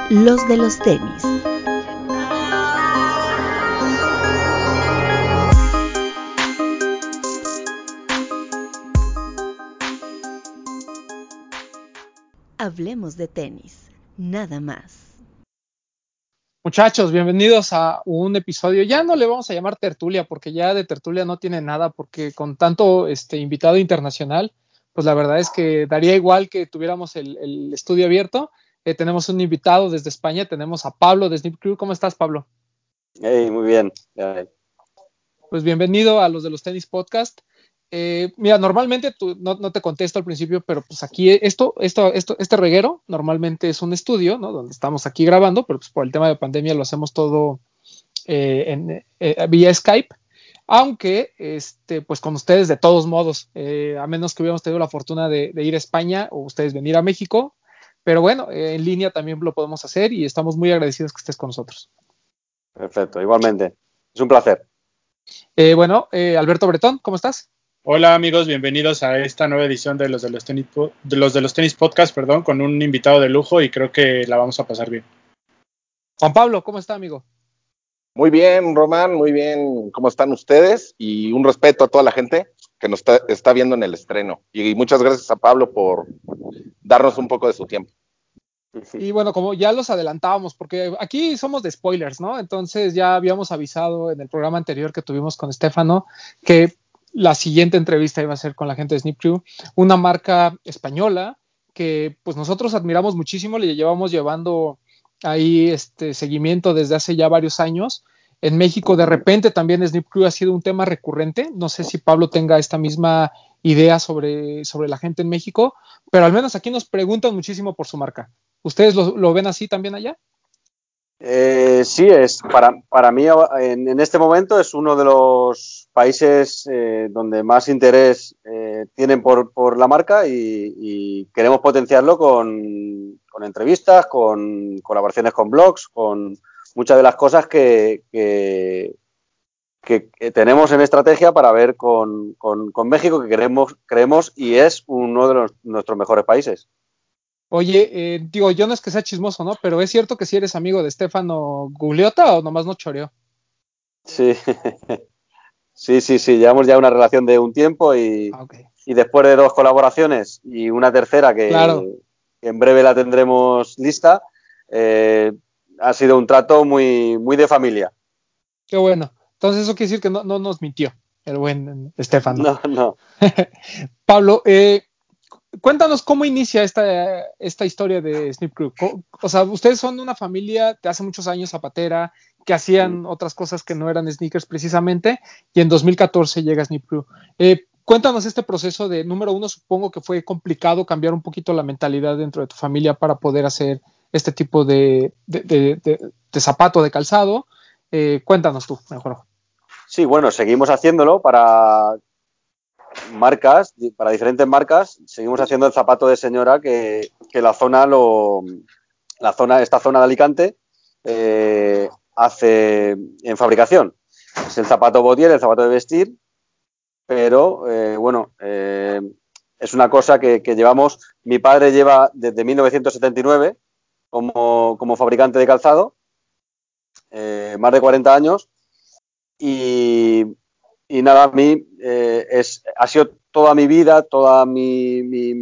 Los de los tenis. Hablemos de tenis, nada más. Muchachos, bienvenidos a un episodio. Ya no le vamos a llamar tertulia, porque ya de tertulia no tiene nada, porque con tanto invitado internacional, pues la verdad es que daría igual que tuviéramos el estudio abierto. Tenemos un invitado desde España, tenemos a Pablo de Snip Crew. ¿Cómo estás, Pablo? Hey, muy bien. Pues bienvenido a los de los tenis podcast. Mira, normalmente no te contesto al principio, pero pues aquí este reguero normalmente es un estudio, ¿no? Donde estamos aquí grabando, pero pues por el tema de pandemia lo hacemos todo vía Skype. Aunque, pues con ustedes de todos modos, a menos que hubiéramos tenido la fortuna de ir a España o ustedes venir a México, pero bueno, en línea también lo podemos hacer y estamos muy agradecidos que estés con nosotros. Perfecto, igualmente. Es un placer. Alberto Bretón, ¿cómo estás? Hola amigos, bienvenidos a esta nueva edición de los de los tenis podcast, con un invitado de lujo y creo que la vamos a pasar bien. Juan Pablo, ¿cómo está, amigo? Muy bien, Román, muy bien. ¿Cómo están ustedes? Y un respeto a toda la gente que nos está viendo en el estreno. Y muchas gracias a Pablo por darnos un poco de su tiempo. Y bueno, como ya los adelantábamos, porque aquí somos de spoilers, ¿no? Entonces ya habíamos avisado en el programa anterior que tuvimos con Estefano que la siguiente entrevista iba a ser con la gente de Snip Crew, una marca española que pues nosotros admiramos muchísimo, le llevamos llevando ahí seguimiento desde hace ya varios años. En México de repente también Snip Crew ha sido un tema recurrente. No sé si Pablo tenga esta misma idea sobre la gente en México, pero al menos aquí nos preguntan muchísimo por su marca. ¿Ustedes lo ven así también allá? Sí, es para mí en este momento es uno de los países donde más interés tienen por la marca y queremos potenciarlo con entrevistas, con colaboraciones con blogs, con muchas de las cosas que tenemos en estrategia para ver con México, que creemos y es uno de nuestros mejores países. Oye, digo, yo no es que sea chismoso, ¿no? Pero ¿es cierto que si eres amigo de Stefano Gugliota o nomás no choreó? Sí, sí, llevamos ya una relación de un tiempo Okay. y después de 2 colaboraciones y una tercera Claro. que en breve la tendremos lista, ha sido un trato muy, muy de familia. Qué bueno. Entonces eso quiere decir que no nos mintió el buen Stefano. No. Pablo, cuéntanos cómo inicia esta historia de Snip Crew. O sea, ustedes son una familia de hace muchos años zapatera que hacían otras cosas que no eran sneakers precisamente y en 2014 llega Snip Crew. Cuéntanos este proceso de, número uno, supongo que fue complicado cambiar un poquito la mentalidad dentro de tu familia para poder hacer este tipo de zapato, de calzado. Cuéntanos tú, mejor. Sí, bueno, seguimos haciéndolo para diferentes marcas, seguimos haciendo el zapato de señora que esta zona de Alicante hace en fabricación. Es el zapato bodier, el zapato de vestir, pero es una cosa que llevamos. Mi padre lleva desde 1979 como fabricante de calzado, más de 40 años, y nada, a mí ha sido toda mi vida, toda mi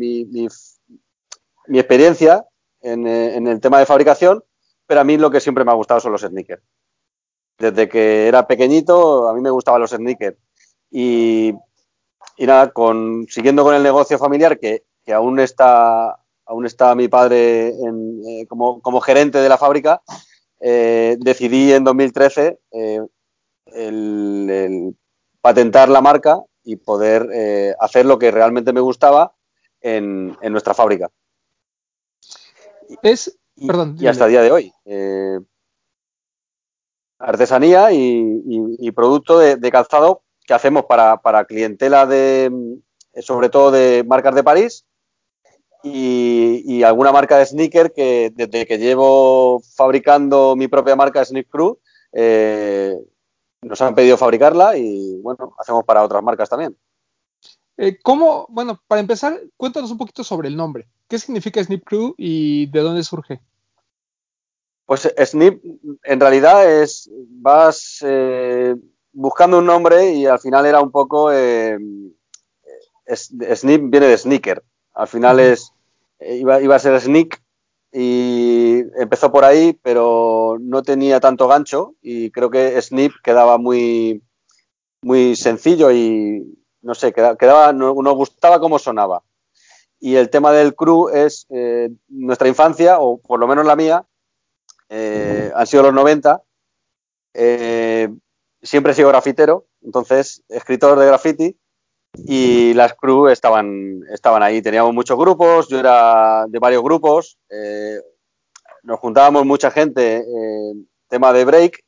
experiencia en el tema de fabricación, pero a mí lo que siempre me ha gustado son los sneakers. Desde que era pequeñito, a mí me gustaban los sneakers. Y nada, siguiendo con el negocio familiar, que aún está mi padre como gerente de la fábrica, decidí en 2013 el patentar la marca y poder hacer lo que realmente me gustaba en nuestra fábrica. Y hasta el día de hoy. Artesanía y producto de calzado que hacemos para clientela sobre todo de marcas de París y alguna marca de sneaker que desde que llevo fabricando mi propia marca Snip Crew nos han pedido fabricarla y bueno, hacemos para otras marcas también. Bueno, para empezar, cuéntanos un poquito sobre el nombre. ¿Qué significa Snip Crew y de dónde surge? Pues Snip, en realidad vas buscando un nombre y al final era un poco, Snip viene de sneaker, al final iba a ser Sneak y empezó por ahí, pero no tenía tanto gancho y creo que Snip quedaba muy, muy sencillo y no sé, nos gustaba cómo sonaba. Y el tema del crew es nuestra infancia, o por lo menos la mía, han sido los 90. eh, Siempre he sido grafitero, entonces escritor de graffiti, y las crew estaban ahí. Teníamos muchos grupos, yo era de varios grupos, nos juntábamos mucha gente, tema de break,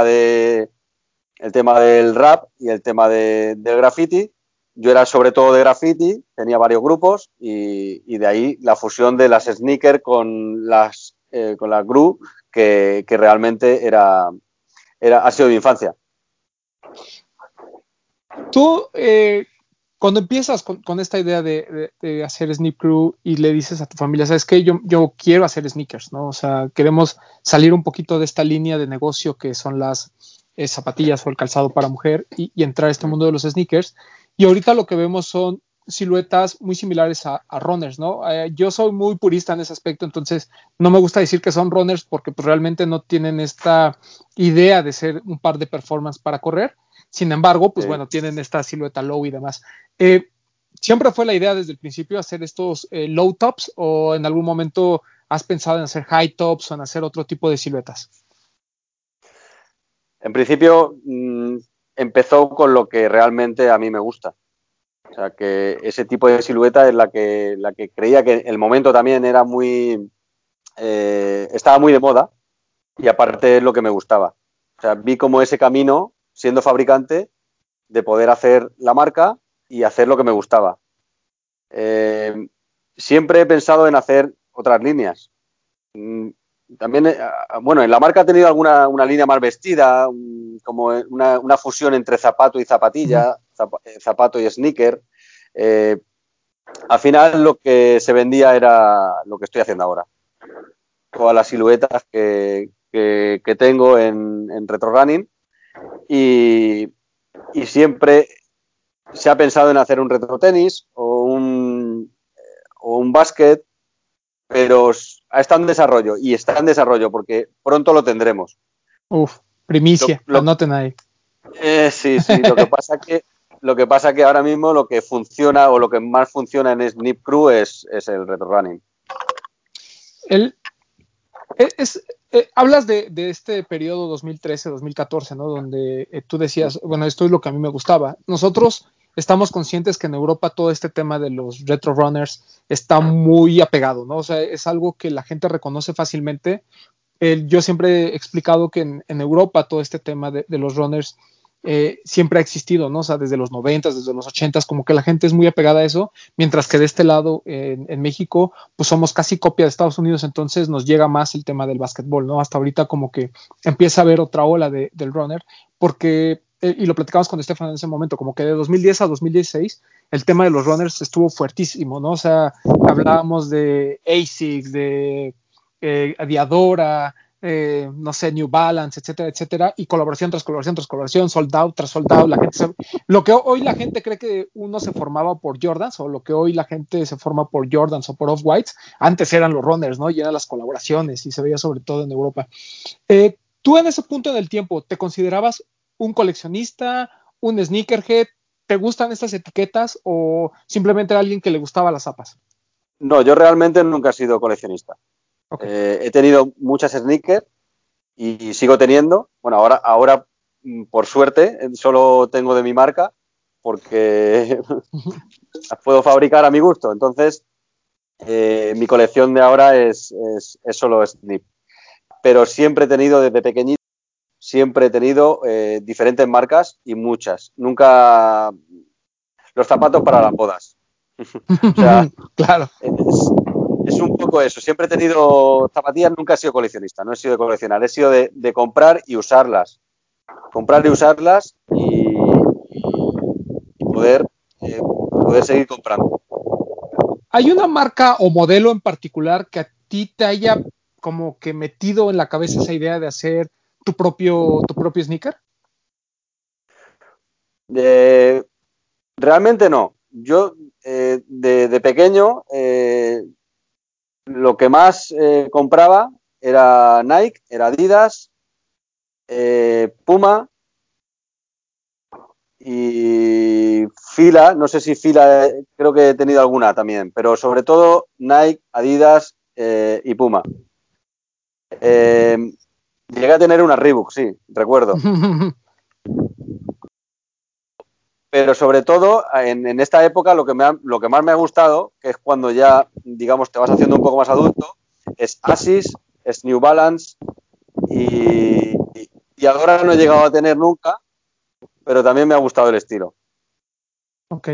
el tema del rap y el tema del graffiti. Yo era sobre todo de graffiti, tenía varios grupos y de ahí la fusión de las sneakers con la crew que realmente ha sido mi infancia. Tú, cuando empiezas con esta idea de hacer Sneak Crew y le dices a tu familia, ¿sabes qué? Yo quiero hacer sneakers, ¿no? O sea, queremos salir un poquito de esta línea de negocio que son las zapatillas o el calzado para mujer y entrar a este mundo de los sneakers. Y ahorita lo que vemos son siluetas muy similares a runners, ¿no? Yo soy muy purista en ese aspecto, entonces no me gusta decir que son runners porque pues, realmente no tienen esta idea de ser un par de performance para correr. Sin embargo, pues bueno, tienen esta silueta low y demás. ¿Siempre fue la idea desde el principio hacer estos low tops o en algún momento has pensado en hacer high tops o en hacer otro tipo de siluetas? En principio, empezó con lo que realmente a mí me gusta. O sea, que ese tipo de silueta es la que creía que el momento también era estaba muy de moda y aparte es lo que me gustaba. O sea, vi como ese camino, siendo fabricante, de poder hacer la marca y hacer lo que me gustaba. Siempre he pensado en hacer otras líneas. También, bueno, en la marca ha tenido una línea más vestida, como una fusión entre zapato y zapatilla, zapato y sneaker. Al final lo que se vendía era lo que estoy haciendo ahora. Todas las siluetas que tengo en retro running y siempre se ha pensado en hacer un retro tenis o un básquet, pero está en desarrollo y está en desarrollo porque pronto lo tendremos. Uf, primicia, anoten ahí. Sí, lo que pasa que ahora mismo lo que funciona o lo que más funciona en Snip Crew es el retro running. Hablas de este periodo 2013-2014, ¿no? Donde tú decías, bueno, esto es lo que a mí me gustaba. Nosotros estamos conscientes que en Europa todo este tema de los retro runners está muy apegado, ¿no? O sea, es algo que la gente reconoce fácilmente. Yo siempre he explicado que en Europa todo este tema de los runners siempre ha existido, ¿no? O sea, desde los 90, desde los 80, como que la gente es muy apegada a eso, mientras que de este lado, en México, pues somos casi copia de Estados Unidos, entonces nos llega más el tema del básquetbol, ¿no? Hasta ahorita como que empieza a haber otra ola del runner, porque, y lo platicamos con Estefan en ese momento, como que de 2010 a 2016, el tema de los runners estuvo fuertísimo, ¿no? O sea, hablábamos de ASICS, de Adiadora, no sé, New Balance, etcétera, etcétera, y colaboración tras colaboración tras colaboración, sold out tras sold out. Lo que hoy la gente cree que uno se formaba por Jordans, o lo que hoy la gente se forma por Jordans o por Off-Whites, antes eran los runners, ¿no? Y eran las colaboraciones, y se veía sobre todo en Europa. Tú en ese punto del tiempo, ¿te considerabas un coleccionista, un sneakerhead? ¿Te gustan estas etiquetas o simplemente alguien que le gustaba las zapas? No, yo realmente nunca he sido coleccionista. Okay. He tenido muchas sneakers y sigo teniendo. Bueno, ahora por suerte, solo tengo de mi marca porque las puedo fabricar a mi gusto. Entonces, mi colección de ahora es solo Snip. Pero siempre he tenido desde pequeñito, siempre he tenido diferentes marcas y muchas. Nunca los zapatos para las bodas. O sea, claro. Es un poco eso. Siempre he tenido zapatillas, nunca he sido coleccionista, no he sido de coleccionar, he sido de comprar y usarlas. Comprar y usarlas y poder seguir comprando. ¿Hay una marca o modelo en particular que a ti te haya como que metido en la cabeza esa idea de hacer tu propio sneaker? Realmente no. Yo de pequeño lo que más compraba era Nike, era Adidas, Puma y Fila. No sé si Fila, creo que he tenido alguna también, pero sobre todo Nike, Adidas y Puma. Llegué a tener una Reebok, sí, recuerdo. Pero sobre todo en esta época lo que más me ha gustado, que es cuando ya, digamos, te vas haciendo un poco más adulto, es Asics, es New Balance y ahora no he llegado a tener nunca, pero también me ha gustado el estilo. Ok.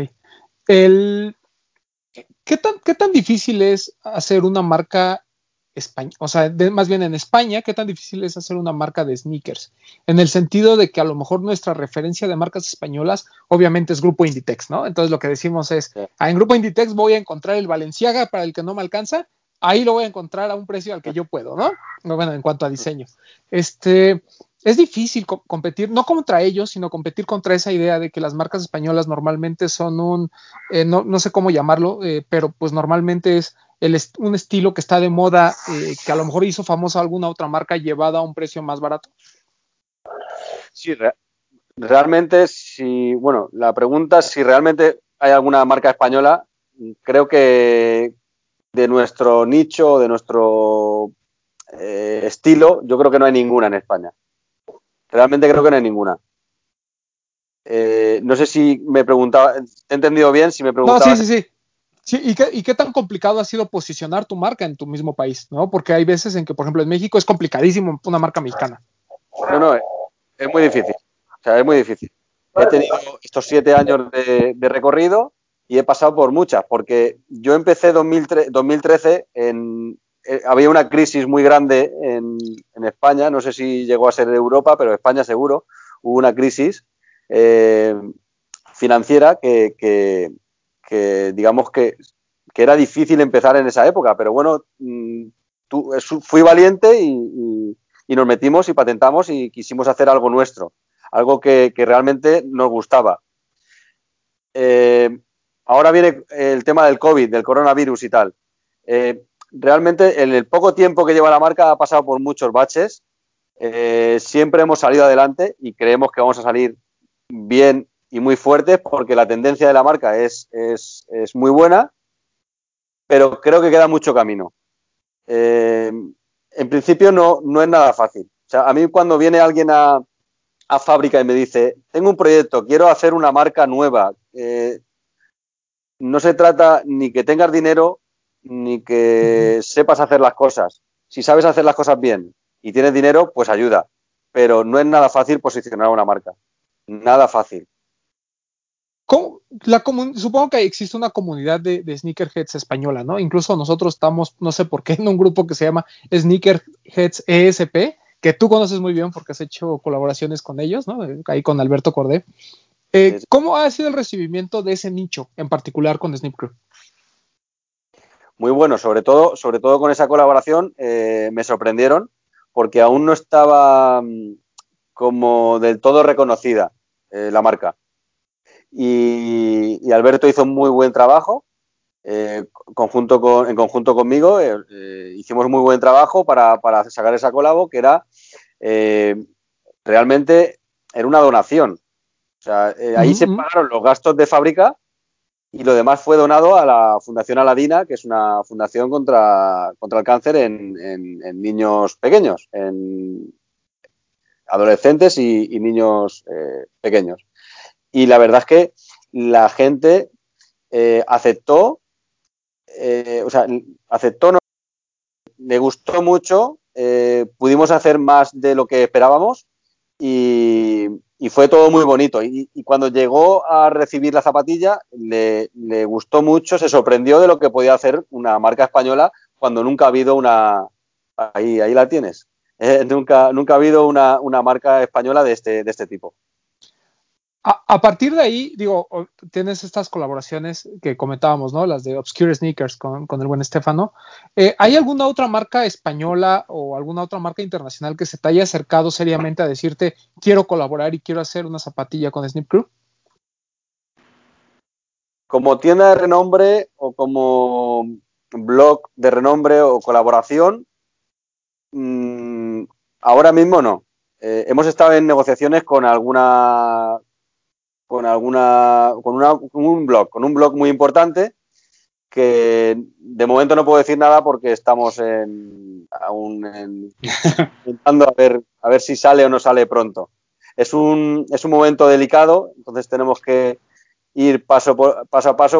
¿Qué tan difícil es hacer una marca española? O sea, más bien en España, ¿qué tan difícil es hacer una marca de sneakers? En el sentido de que a lo mejor nuestra referencia de marcas españolas, obviamente es Grupo Inditex, ¿no? Entonces lo que decimos es, Sí. en Grupo Inditex voy a encontrar el Balenciaga para el que no me alcanza, ahí lo voy a encontrar a un precio al que yo puedo, ¿no? Bueno, en cuanto a diseño. Es difícil competir, no contra ellos, sino competir contra esa idea de que las marcas españolas normalmente son no sé cómo llamarlo, pero pues normalmente es un estilo que está de moda, que a lo mejor hizo famosa alguna otra marca llevada a un precio más barato. Sí, realmente, bueno, la pregunta es si realmente hay alguna marca española. Creo que de nuestro nicho, de nuestro estilo, yo creo que no hay ninguna en España. Realmente creo que no hay ninguna. No sé si me preguntaba, he entendido bien, si me No, sí, preguntabas. sí, sí. Sí, ¿y qué tan complicado ha sido posicionar tu marca en tu mismo país? ¿No? Porque hay veces en que, por ejemplo, en México es complicadísimo una marca mexicana. No, es muy difícil. O sea, es muy difícil. He tenido estos 7 años de recorrido y he pasado por muchas, porque yo empecé 2013, había una crisis muy grande en España, no sé si llegó a ser de Europa, pero España seguro, hubo una crisis eh, financiera que digamos que era difícil empezar en esa época, pero bueno, fui valiente y nos metimos y patentamos y quisimos hacer algo nuestro, algo que realmente nos gustaba. Ahora viene el tema del COVID, del coronavirus y tal. Realmente en el poco tiempo que lleva la marca ha pasado por muchos baches. Siempre hemos salido adelante y creemos que vamos a salir bien y muy fuertes porque la tendencia de la marca es muy buena, pero creo que queda mucho camino. En principio no es nada fácil. O sea, a mí cuando viene alguien a fábrica y me dice, tengo un proyecto, quiero hacer una marca nueva, no se trata ni que tengas dinero ni que sepas hacer las cosas. Si sabes hacer las cosas bien y tienes dinero, pues ayuda. Pero no es nada fácil posicionar una marca. Nada fácil. Supongo que existe una comunidad de sneakerheads española, ¿no? Incluso nosotros estamos, no sé por qué, en un grupo que se llama Sneakerheads ESP, que tú conoces muy bien porque has hecho colaboraciones con ellos, ¿no? Ahí con Alberto Cordé. ¿Cómo ha sido el recibimiento de ese nicho, en particular con Snip Crew? Muy bueno, sobre todo con esa colaboración me sorprendieron porque aún no estaba como del todo reconocida la marca. Y Alberto hizo un muy buen trabajo en conjunto conmigo. Hicimos muy buen trabajo para sacar esa colabo que era realmente era una donación. O sea, ahí se pagaron los gastos de fábrica y lo demás fue donado a la Fundación Aladina, que es una fundación contra el cáncer en niños pequeños, en adolescentes y niños pequeños. Y la verdad es que la gente aceptó, no, le gustó mucho, pudimos hacer más de lo que esperábamos y fue todo muy bonito. Y cuando llegó a recibir la zapatilla, le gustó mucho, se sorprendió de lo que podía hacer una marca española cuando nunca ha habido una... Ahí la tienes. Nunca ha habido una marca española de este tipo. A partir de ahí, digo, tienes estas colaboraciones que comentábamos, ¿no? Las de Obscure Sneakers con el buen Estefano. ¿Hay alguna otra marca española o alguna otra marca internacional que se te haya acercado seriamente a decirte, quiero colaborar y quiero hacer una zapatilla con Snip Crew? Como tienda de renombre o como blog de renombre o colaboración, ahora mismo no. Hemos estado en negociaciones con un blog muy importante que de momento no puedo decir nada porque estamos intentando a ver si sale o no sale pronto. Es un momento delicado, entonces tenemos que ir paso a paso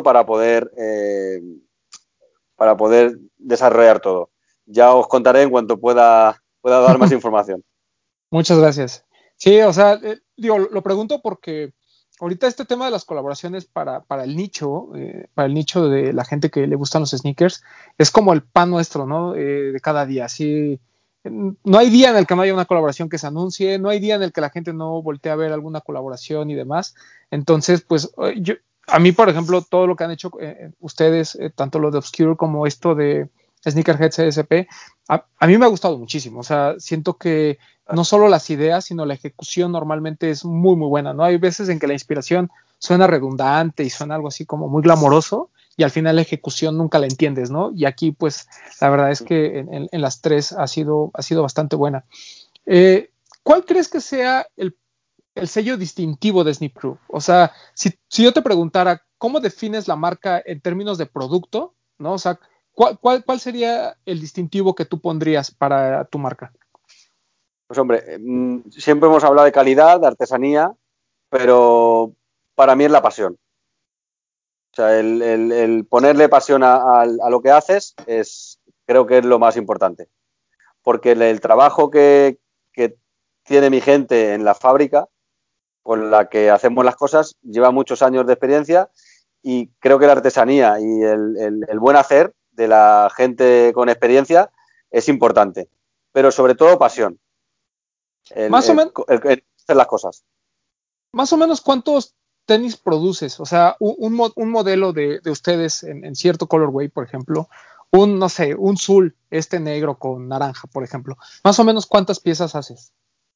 para poder desarrollar todo. Ya os contaré en cuanto pueda dar más información. Muchas gracias. Sí, o sea, digo, lo pregunto porque ahorita este tema de las colaboraciones para el nicho de la gente que le gustan los sneakers, es como el pan nuestro, ¿no? De cada día. Así, no hay día en el que no haya una colaboración que se anuncie, no hay día en el que la gente no voltee a ver alguna colaboración y demás. Entonces, pues, a mí, por ejemplo, todo lo que han hecho ustedes, tanto lo de Obscure como esto de Sneakerhead CSP, a mí me ha gustado muchísimo. O sea, siento que no solo las ideas, sino la ejecución normalmente es muy, muy buena, ¿no? Hay veces en que la inspiración suena redundante y suena algo así como muy glamoroso y al final la ejecución nunca la entiendes, ¿no? Y aquí, pues, la verdad es que en las tres ha sido bastante buena. ¿Cuál crees que sea el sello distintivo de Snip Crew? O sea, si yo te preguntara, ¿cómo defines la marca en términos de producto? ¿No? O sea, ¿cuál sería el distintivo que tú pondrías para tu marca? Pues hombre, siempre hemos hablado de calidad, de artesanía, pero para mí es la pasión. O sea, el ponerle pasión a lo que haces creo que es lo más importante. Porque el trabajo que tiene mi gente en la fábrica, con la que hacemos las cosas, lleva muchos años de experiencia y creo que la artesanía y el buen hacer de la gente con experiencia es importante. Pero sobre todo pasión. Más o menos. El hacer las cosas. Más o menos, ¿cuántos tenis produces? O sea, un modelo de ustedes en cierto colorway, por ejemplo, no sé, un Zul, este negro con naranja, por ejemplo. Más o menos, ¿cuántas piezas haces?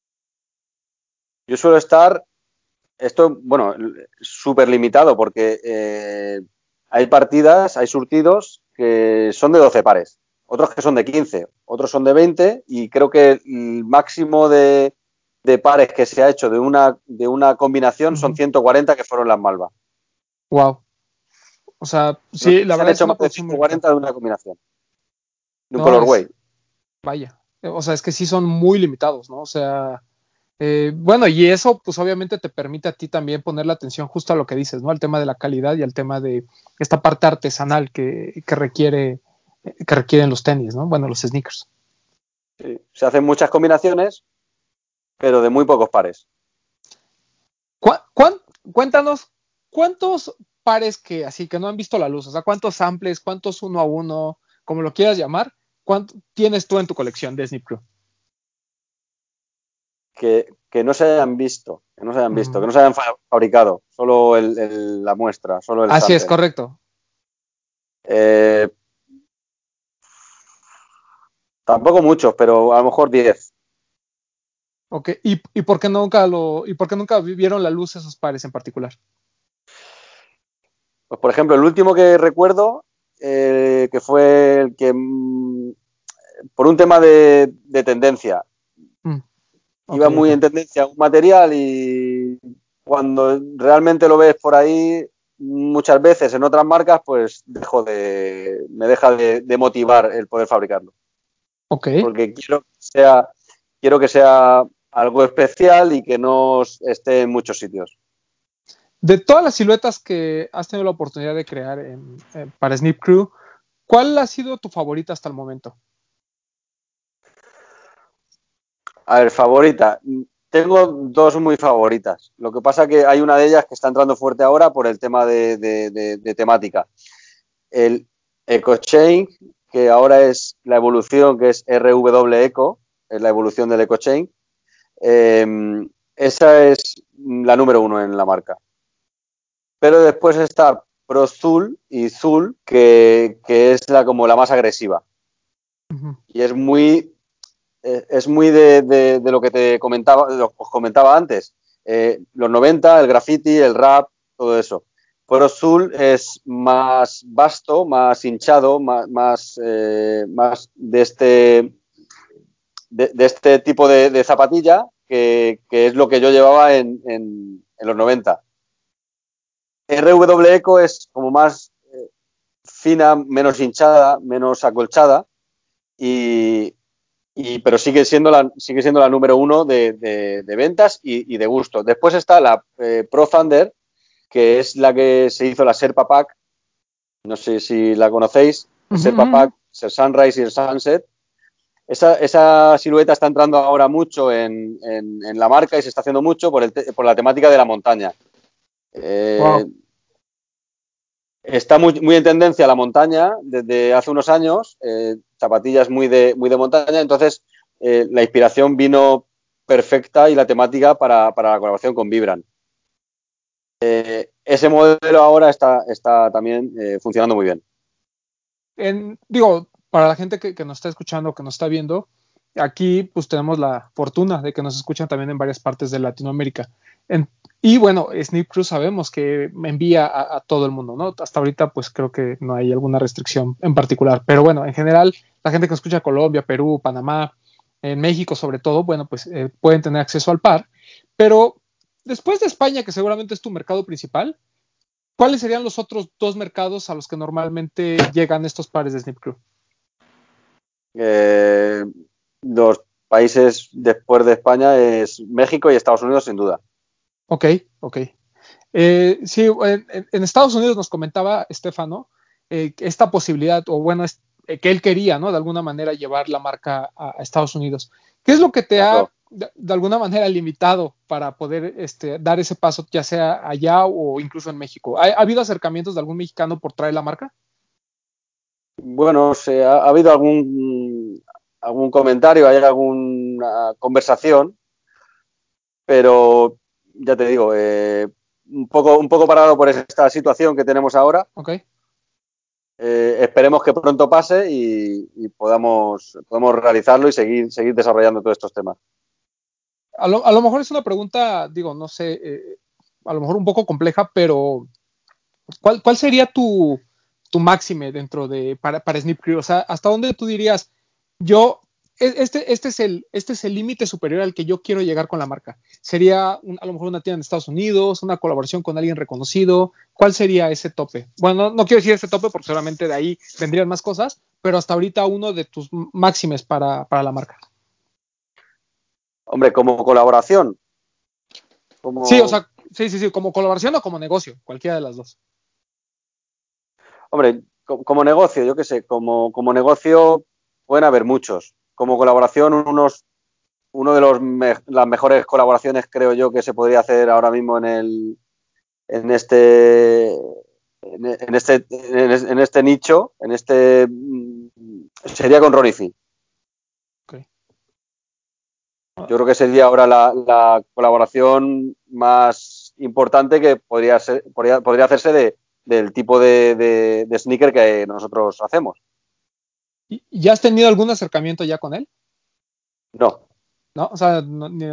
Yo suelo estar, bueno, súper limitado porque hay partidas, hay surtidos que son de 12 pares, otros que son de 15, otros son de 20 y creo que el máximo de pares que se ha hecho de una combinación son 140 que fueron las Malva. Wow. O sea, No sé sí, si la se han verdad es hecho una más de producción muy rica. 140 de una combinación, de un No, colorway. vaya. O sea, es que sí son muy limitados, ¿no? O sea, bueno, y eso, pues obviamente te permite a ti también poner la atención justo a lo que dices, ¿no? Al tema de la calidad y al tema de esta parte artesanal que requieren los tenis, ¿no? Bueno, los sneakers. Sí. Se hacen muchas combinaciones, pero de muy pocos pares. Cuéntanos, ¿cuántos pares que así que no han visto la luz? O sea, ¿cuántos samples, cuántos uno a uno, como lo quieras llamar, cuánto tienes tú en tu colección de Snip Crew? Que no se hayan visto, que no se hayan fabricado, solo la muestra, solo el Así es, sample. correcto. Eh, Tampoco muchos, pero a lo mejor 10. Ok, ¿y por qué nunca vieron la luz esos pares en particular? Pues por ejemplo, el último que recuerdo, que fue el que, por un tema de tendencia, Ok, iba muy en tendencia un material y cuando realmente lo ves por ahí, muchas veces en otras marcas, pues me deja de motivar el poder fabricarlo. ok. Porque quiero que sea algo especial y que no esté en muchos sitios. De todas las siluetas que has tenido la oportunidad de crear para Snip Crew, ¿cuál ha sido tu favorita hasta el momento? A ver, favorita. Tengo dos muy favoritas. Lo que pasa que hay una de ellas que está entrando fuerte ahora por el tema de temática. El EcoChain, que ahora es la evolución, que es RW Eco, es la evolución del EcoChain. esa es la número 1 en la marca. Pero después está Pro Zool y Zool, que es como la más agresiva. Ujú. Y es muy de lo que os comentaba antes. Los 90, el graffiti, el rap, todo eso. Pro Zool es más vasto, más hinchado, más de este tipo de zapatilla, que es lo que yo llevaba en los 90. RW Eco es como más fina, menos hinchada, menos acolchada, pero sigue siendo la número 1 de ventas y de gusto. Después está la Pro Thunder, que es la que se hizo la Sherpa Pack. No sé si la conocéis. Uh-huh. Sherpa Pack, el Sunrise y el Sunset. Esa silueta está entrando ahora mucho en la marca y se está haciendo mucho por la temática de la montaña. Wow. Está muy en tendencia la montaña desde hace unos años, zapatillas muy de montaña, entonces la inspiración vino perfecta y la temática para la colaboración con Vibram. Ese modelo ahora está también funcionando muy bien. Para la gente que nos está escuchando, que nos está viendo, aquí pues tenemos la fortuna de que nos escuchan también en varias partes de Latinoamérica. Y bueno, Snip Crew sabemos que envía a todo el mundo, ¿no? Hasta ahorita pues creo que no hay alguna restricción en particular, pero bueno, en general la gente que escucha Colombia, Perú, Panamá, en México sobre todo, bueno, pues pueden tener acceso al par, pero después de España, que seguramente es tu mercado principal, ¿cuáles serían los otros 2 mercados a los que normalmente llegan estos pares de Snip Crew? Los países después de España es México y Estados Unidos, sin duda. Ok. Sí, en Estados Unidos nos comentaba Estefano esta posibilidad, o bueno, que él quería, ¿no? De alguna manera llevar la marca a Estados Unidos. ¿Qué es lo que te ha, Claro. de alguna manera, limitado para poder dar ese paso, ya sea allá o incluso en México? ¿Ha habido acercamientos de algún mexicano por traer la marca? Bueno, ha habido algún comentario, hay alguna conversación, pero ya te digo, un poco parado por esta situación que tenemos ahora. Ok. Esperemos que pronto pase y podamos realizarlo y seguir desarrollando todos estos temas. A lo mejor es una pregunta, no sé, a lo mejor un poco compleja, pero ¿cuál sería tu máxime para Snip Crew? O sea, ¿hasta dónde tú dirías, este es el límite superior al que yo quiero llegar con la marca? ¿Sería a lo mejor una tienda en Estados Unidos, una colaboración con alguien reconocido? ¿Cuál sería ese tope? Bueno, no quiero decir ese tope porque seguramente de ahí vendrían más cosas, pero hasta ahorita uno de tus máximes para la marca. Hombre, como colaboración. Sí, o sea, sí, como colaboración o como negocio, cualquiera de las dos. Hombre, como negocio, yo qué sé, como negocio pueden haber muchos. Como colaboración, uno de las mejores colaboraciones, creo yo, que se podría hacer ahora mismo en este nicho, sería con Ronnie Finn. Okay. Yo creo que sería ahora la colaboración más importante que podría hacerse del tipo de sneaker que nosotros hacemos. ¿Y ya has tenido algún acercamiento ya con él? No. ¿No? O sea,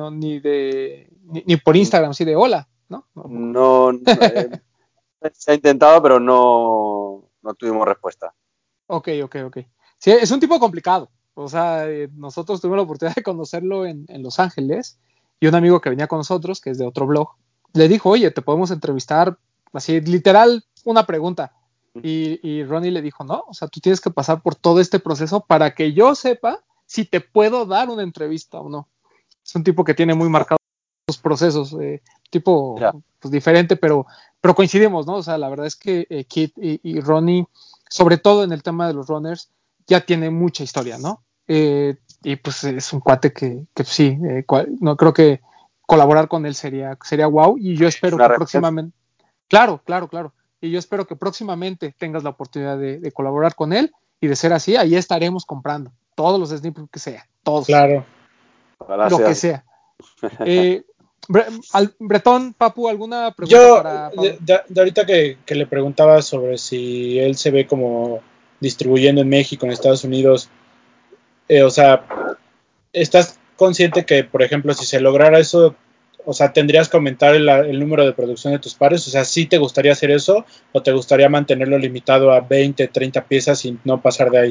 ni por Instagram, así de hola, ¿no? No, se ha intentado, pero no tuvimos respuesta. Ok. Sí, es un tipo complicado. O sea, nosotros tuvimos la oportunidad de conocerlo en Los Ángeles y un amigo que venía con nosotros, que es de otro blog, le dijo, oye, te podemos entrevistar, así, literal, una pregunta. Y Ronnie le dijo, no, o sea, tú tienes que pasar por todo este proceso para que yo sepa si te puedo dar una entrevista o no. Es un tipo que tiene muy marcados los procesos, pues, diferente, pero coincidimos, ¿no? O sea, la verdad es que Kit y Ronnie, sobre todo en el tema de los runners, ya tiene mucha historia, ¿no? Y pues es un cuate que sí, no creo que colaborar con él sería wow, y yo espero que próximamente, claro. Y yo espero que próximamente tengas la oportunidad de colaborar con él, y de ser así, ahí estaremos comprando todos los sneakers que sea, todos. Claro. Ojalá Lo sea que así. sea. Bretón, Papu, ¿alguna pregunta Yo, para Pablo? de ahorita que le preguntaba sobre si él se ve como distribuyendo en México, en Estados Unidos, o sea, ¿estás consciente que, por ejemplo, si se lograra eso, o sea, tendrías que aumentar el número de producción de tus pares? O sea, ¿sí te gustaría hacer eso o te gustaría mantenerlo limitado a 20, 30 piezas y no pasar de ahí?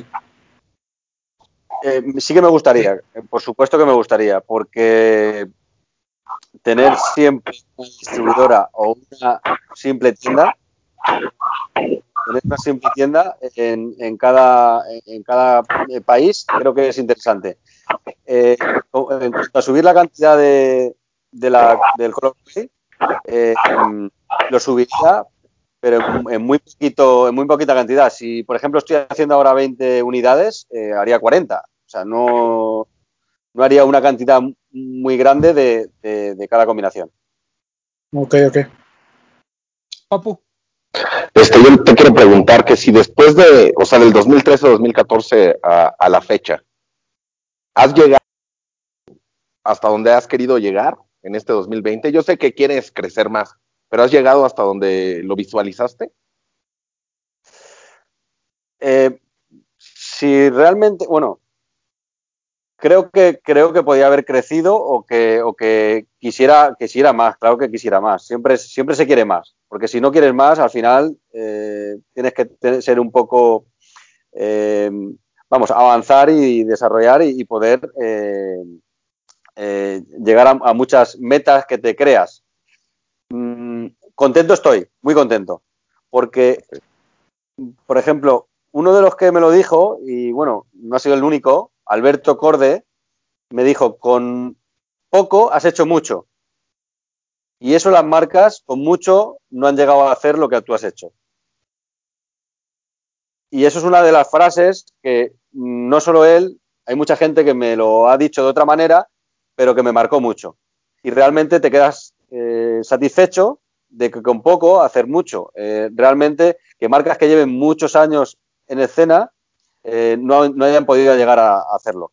Sí que me gustaría, por supuesto que me gustaría, porque tener siempre una distribuidora o una simple tienda, tener una simple tienda en cada país, creo que es interesante. En cuanto a subir la cantidad del colorway, lo subiría, pero en muy poquita cantidad. Si, por ejemplo, estoy haciendo ahora 20 unidades, haría 40. O sea, no haría una cantidad muy grande de cada combinación. Ok, ok. Papu. Yo te quiero preguntar que si después de, o sea, del 2013 o 2014 a la fecha, ¿has llegado hasta donde has querido llegar en este 2020? Yo sé que quieres crecer más, pero ¿has llegado hasta donde lo visualizaste? Si realmente, bueno, creo que podía haber crecido o que quisiera más, claro que quisiera más. Siempre se quiere más, porque si no quieres más, al final tienes que ser un poco, avanzar y desarrollar y poder llegar a muchas metas que te creas. Contento estoy, muy contento, porque, por ejemplo, uno de los que me lo dijo, y bueno, no ha sido el único, Alberto Corde, me dijo, con poco has hecho mucho. Y eso las marcas, con mucho, no han llegado a hacer lo que tú has hecho. Y eso es una de las frases que no solo él, hay mucha gente que me lo ha dicho de otra manera, pero que me marcó mucho. Y realmente te quedas satisfecho de que con poco hacer mucho. Realmente que marcas que lleven muchos años en escena no hayan podido llegar a hacerlo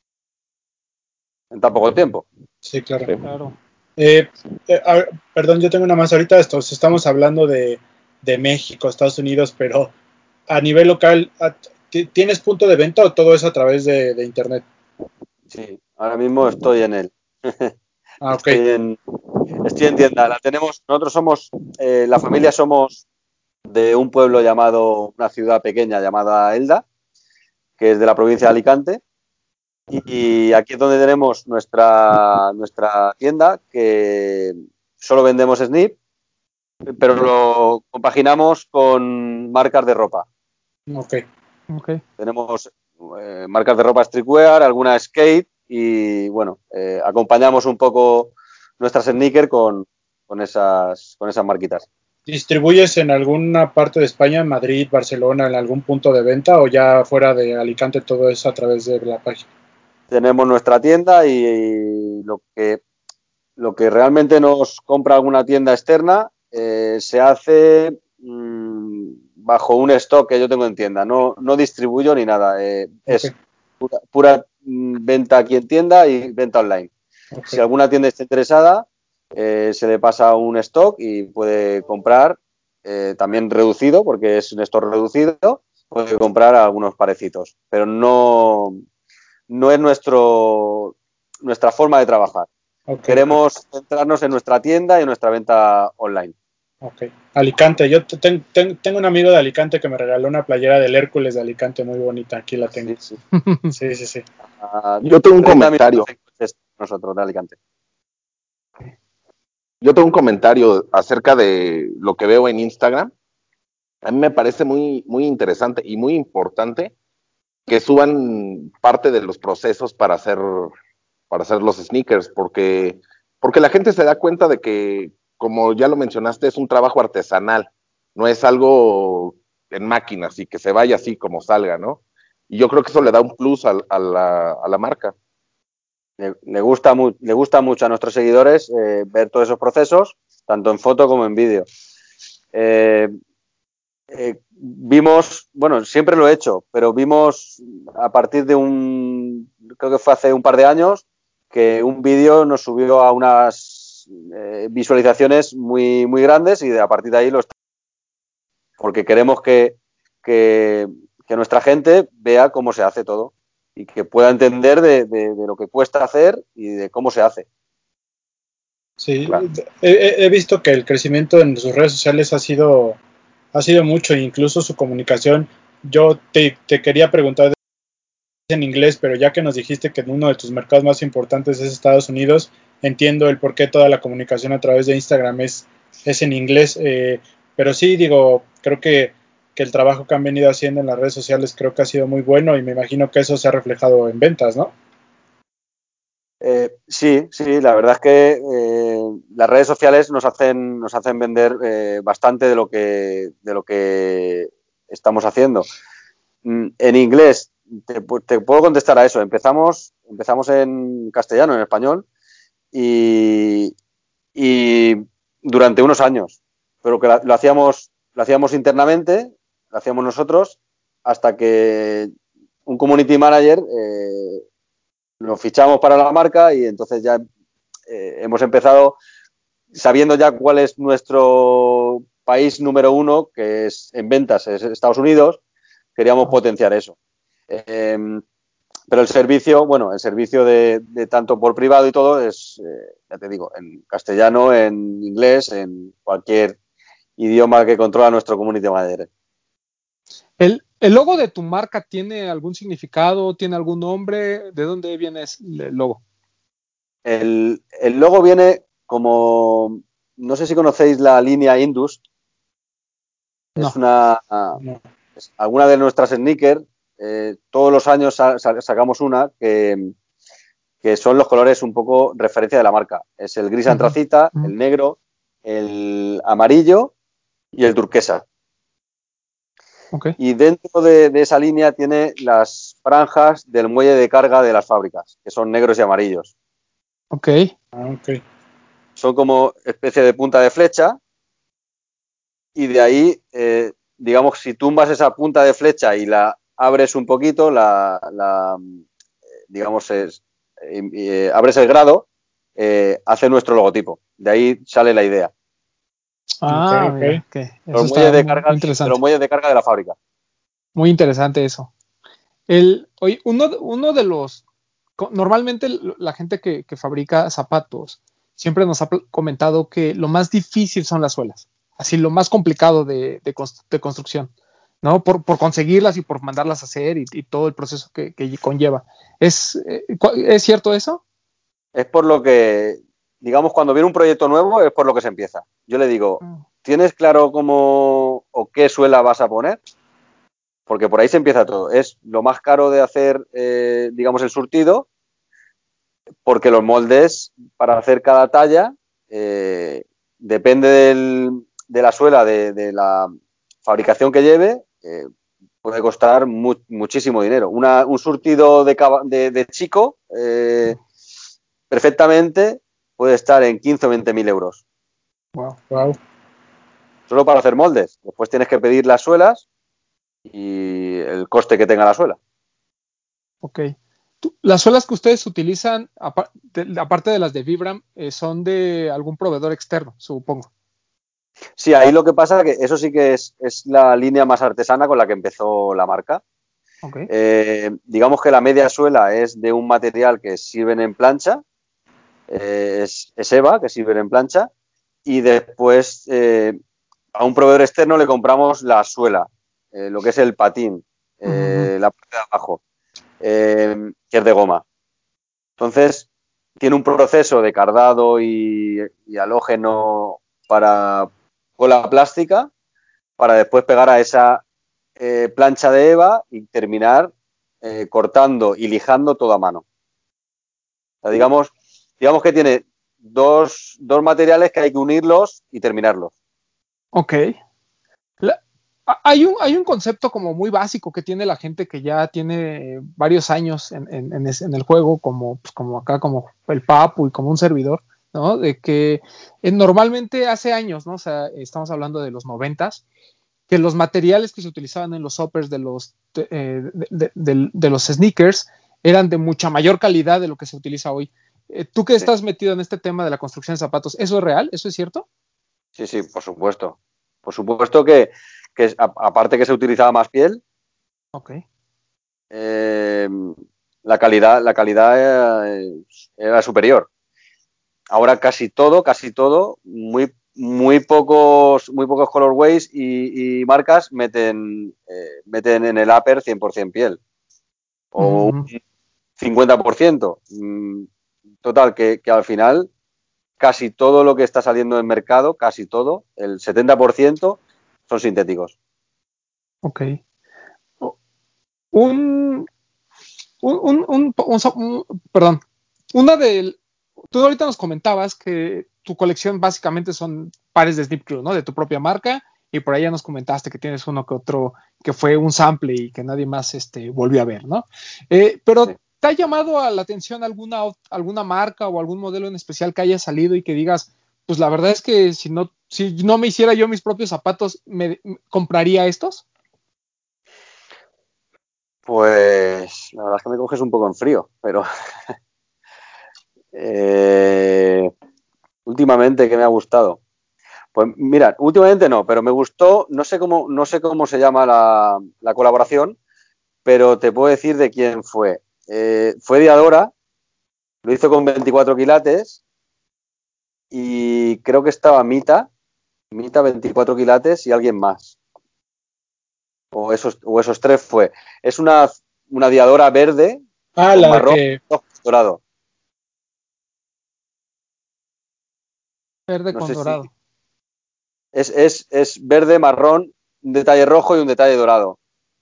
en tan poco tiempo. Sí, claro. Sí. Claro. Perdón, yo tengo una más ahorita. Estamos hablando de México, Estados Unidos, pero a nivel local, ¿tienes punto de venta o todo es a través de internet? Sí, ahora mismo estoy en él. Ah, ok. Estoy en tienda. Nosotros somos, la familia somos de un pueblo llamado, una ciudad pequeña llamada Elda, que es de la provincia de Alicante. Y aquí es donde tenemos nuestra tienda, que solo vendemos Snip, pero lo compaginamos con marcas de ropa. Ok. Ok. Tenemos marcas de ropa streetwear, alguna skate y bueno, acompañamos un poco nuestras sneakers con esas marquitas. ¿Distribuyes en alguna parte de España, en Madrid, Barcelona, en algún punto de venta o ya fuera de Alicante todo es a través de la página? Tenemos nuestra tienda y lo que realmente nos compra alguna tienda externa se hace bajo un stock que yo tengo en tienda. No distribuyo ni nada. Es Ok, pura venta aquí en tienda y venta online. Si ok. alguna tienda está interesada, se le pasa un stock y puede comprar también reducido, porque es un stock reducido, puede comprar algunos parecitos. Pero no es nuestra forma de trabajar. Ok, Queremos centrarnos en nuestra tienda y en nuestra venta online. ok. Alicante, yo tengo un amigo de Alicante que me regaló una playera del Hércules de Alicante muy bonita, aquí la tengo. Sí, sí. Sí, sí, sí. Yo tengo un 30 comentario. minutos en coche nosotros de Alicante. Yo tengo un comentario acerca de lo que veo en Instagram. A mí me parece muy, muy interesante y muy importante que suban parte de los procesos para hacer los sneakers, porque la gente se da cuenta de que, como ya lo mencionaste, es un trabajo artesanal, no es algo en máquinas y que se vaya así como salga, ¿no? Y yo creo que eso le da un plus a la marca. Le gusta mucho a nuestros seguidores ver todos esos procesos, tanto en foto como en vídeo. Vimos, bueno, siempre lo he hecho, pero vimos a partir creo que fue hace un par de años, que un vídeo nos subió a unas visualizaciones muy, muy grandes y a partir de ahí porque queremos que nuestra gente vea cómo se hace todo y que pueda entender de lo que cuesta hacer y de cómo se hace. Sí, Claro. he visto que el crecimiento en sus redes sociales ha sido mucho, incluso su comunicación. Yo te quería preguntar en inglés, pero ya que nos dijiste que uno de tus mercados más importantes es Estados Unidos, entiendo el por qué toda la comunicación a través de Instagram es en inglés, pero sí, digo, creo que el trabajo que han venido haciendo en las redes sociales creo que ha sido muy bueno y me imagino que eso se ha reflejado en ventas, ¿no? Sí, la verdad es que las redes sociales nos hacen vender bastante de lo que estamos haciendo. En inglés, te puedo contestar a eso. Empezamos en castellano, en español, y, y durante unos años, pero que lo hacíamos internamente, lo hacíamos nosotros, hasta que un community manager lo fichamos para la marca y entonces ya hemos empezado sabiendo ya cuál es nuestro país número uno, que es en ventas, es Estados Unidos, queríamos potenciar eso. Pero el servicio de tanto por privado y todo es, ya te digo, en castellano, en inglés, en cualquier idioma que controla nuestro community manager. ¿El logo de tu marca tiene algún significado? ¿Tiene algún nombre? ¿De dónde viene el logo? El logo viene como, no sé si conocéis la línea Indus, es No. alguna de nuestras sneakers, todos los años sacamos una que son los colores un poco referencia de la marca. Es el gris antracita, el negro, el amarillo y el turquesa. Okay. Y dentro de esa línea tiene las franjas del muelle de carga de las fábricas, que son negros y amarillos. Ok. Okay. Son como especie de punta de flecha y de ahí, digamos, si tumbas esa punta de flecha y la abres un poquito, digamos, abres el grado, hace nuestro logotipo. De ahí sale la idea. Ah, Okay. mira, que eso está muy De interesante. los muelles de carga de la fábrica. Muy interesante eso. Oye, uno de los, normalmente la gente que fabrica zapatos siempre nos ha comentado que lo más difícil son las suelas, así lo más complicado de construcción, ¿no? Por conseguirlas y por mandarlas a hacer y todo el proceso que conlleva. ¿Es cierto eso? Es por lo que, digamos, cuando viene un proyecto nuevo es por lo que se empieza. Yo le digo, ¿tienes claro cómo o qué suela vas a poner? Porque por ahí se empieza todo. Es lo más caro de hacer, digamos, el surtido, porque los moldes para hacer cada talla depende de la suela, de la fabricación que lleve, puede costar muchísimo dinero. Un surtido de chico perfectamente puede estar en 15 o 20 mil euros. Wow. Solo para hacer moldes. Después tienes que pedir las suelas y el coste que tenga la suela. Ok. Las suelas que ustedes utilizan, aparte de las de Vibram, son de algún proveedor externo, supongo. Sí, ahí lo que pasa es que eso sí que es la línea más artesana con la que empezó la marca. Okay. Digamos que la media suela es de un material que sirven en plancha, es EVA, que sirven en plancha, y después a un proveedor externo le compramos la suela, lo que es el patín, la parte de abajo, que es de goma. Entonces, tiene un proceso de cardado y halógeno con la plástica para después pegar a esa plancha de EVA y terminar cortando y lijando todo a mano. O sea, digamos que tiene dos materiales que hay que unirlos y terminarlos. Ok. Hay un concepto como muy básico que tiene la gente que ya tiene varios años en el juego, pues como acá, como el Papu y como un servidor, ¿no? De que normalmente hace años, ¿no? O sea, estamos hablando de los 90s, que los materiales que se utilizaban en los uppers de los sneakers eran de mucha mayor calidad de lo que se utiliza hoy. Tú que estás metido en este tema de la construcción de zapatos, ¿eso es real? ¿Eso es cierto? Sí, por supuesto. Por supuesto que aparte que se utilizaba más piel, Ok. eh, la calidad era superior. Ahora casi todo, muy pocos colorways y marcas meten en el upper 100% piel. O un 50%. Total, que al final casi todo lo que está saliendo en mercado, casi todo, el 70% son sintéticos. Ok. Un, perdón. Una de. Tú ahorita nos comentabas que tu colección básicamente son pares de Snip Crew, ¿no? De tu propia marca. Y por ahí ya nos comentaste que tienes uno que otro que fue un sample y que nadie más volvió a ver, ¿no? Pero Sí. ¿te ha llamado a la atención alguna marca o algún modelo en especial que haya salido y que digas, pues la verdad es que si no me hiciera yo mis propios zapatos, ¿me compraría estos? Pues la verdad es que me coges un poco en frío, pero últimamente, ¿qué me ha gustado? Pues mira, últimamente no, pero me gustó, no sé cómo se llama la colaboración, pero te puedo decir de quién fue. Fue de Adora, lo hizo con 24 quilates y creo que estaba Mita 24 quilates y alguien más. O esos tres fue. Es una diadora verde Ah, con la de marrón que. y dorado. Verde No con sé si dorado. es verde, marrón, un detalle rojo y un detalle dorado.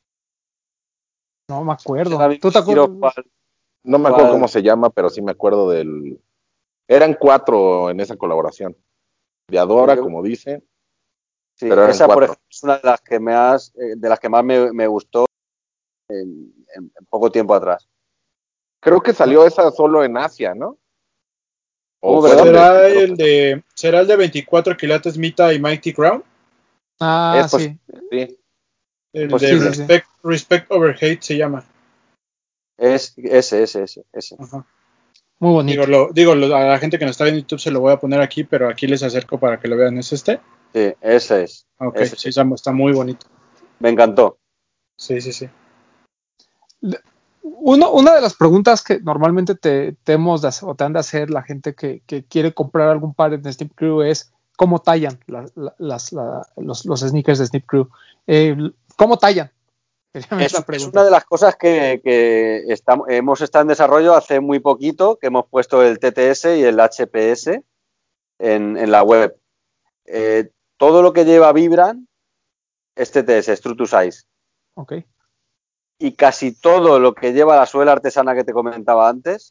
No me No sé acuerdo. también ¿Tú te Kiro acuerdas? No me acuerdo cómo se llama, pero sí me acuerdo del... Eran 4 en esa colaboración. De Adora, como dice, sí, pero eran esa por 4. ejemplo es una de las que más me gustó en poco tiempo atrás. Creo que salió esa solo en Asia, ¿no? O ¿Cómo, fueron perdón? de ¿Será primero. el de 24 quilates Mita y Mighty Crown? Ah, Es sí. posible, Sí. es El de Sí, sí, posible. sí. Respect Over Hate se llama. Es ese. Ajá. Muy Digo, bonito. a la gente que nos está viendo en YouTube se lo voy a poner aquí, pero aquí les acerco para que lo vean. ¿Es este? Sí, ese es. Ok, Ese sí, es. está muy bonito. Me encantó. Sí, sí, sí. Una de las preguntas que normalmente te hemos de hacer, o te han de hacer la gente que quiere comprar algún par de Snip Crew es cómo tallan los sneakers de Snip Crew. ¿Cómo tallan? Sería la Es una pregunta. de las cosas que hemos estado en desarrollo hace muy poquito, que hemos puesto el TTS y el HPS en la web. Todo lo que lleva Vibram es TTS, es True to Size. Ok, Y casi todo lo que lleva la suela artesana que te comentaba antes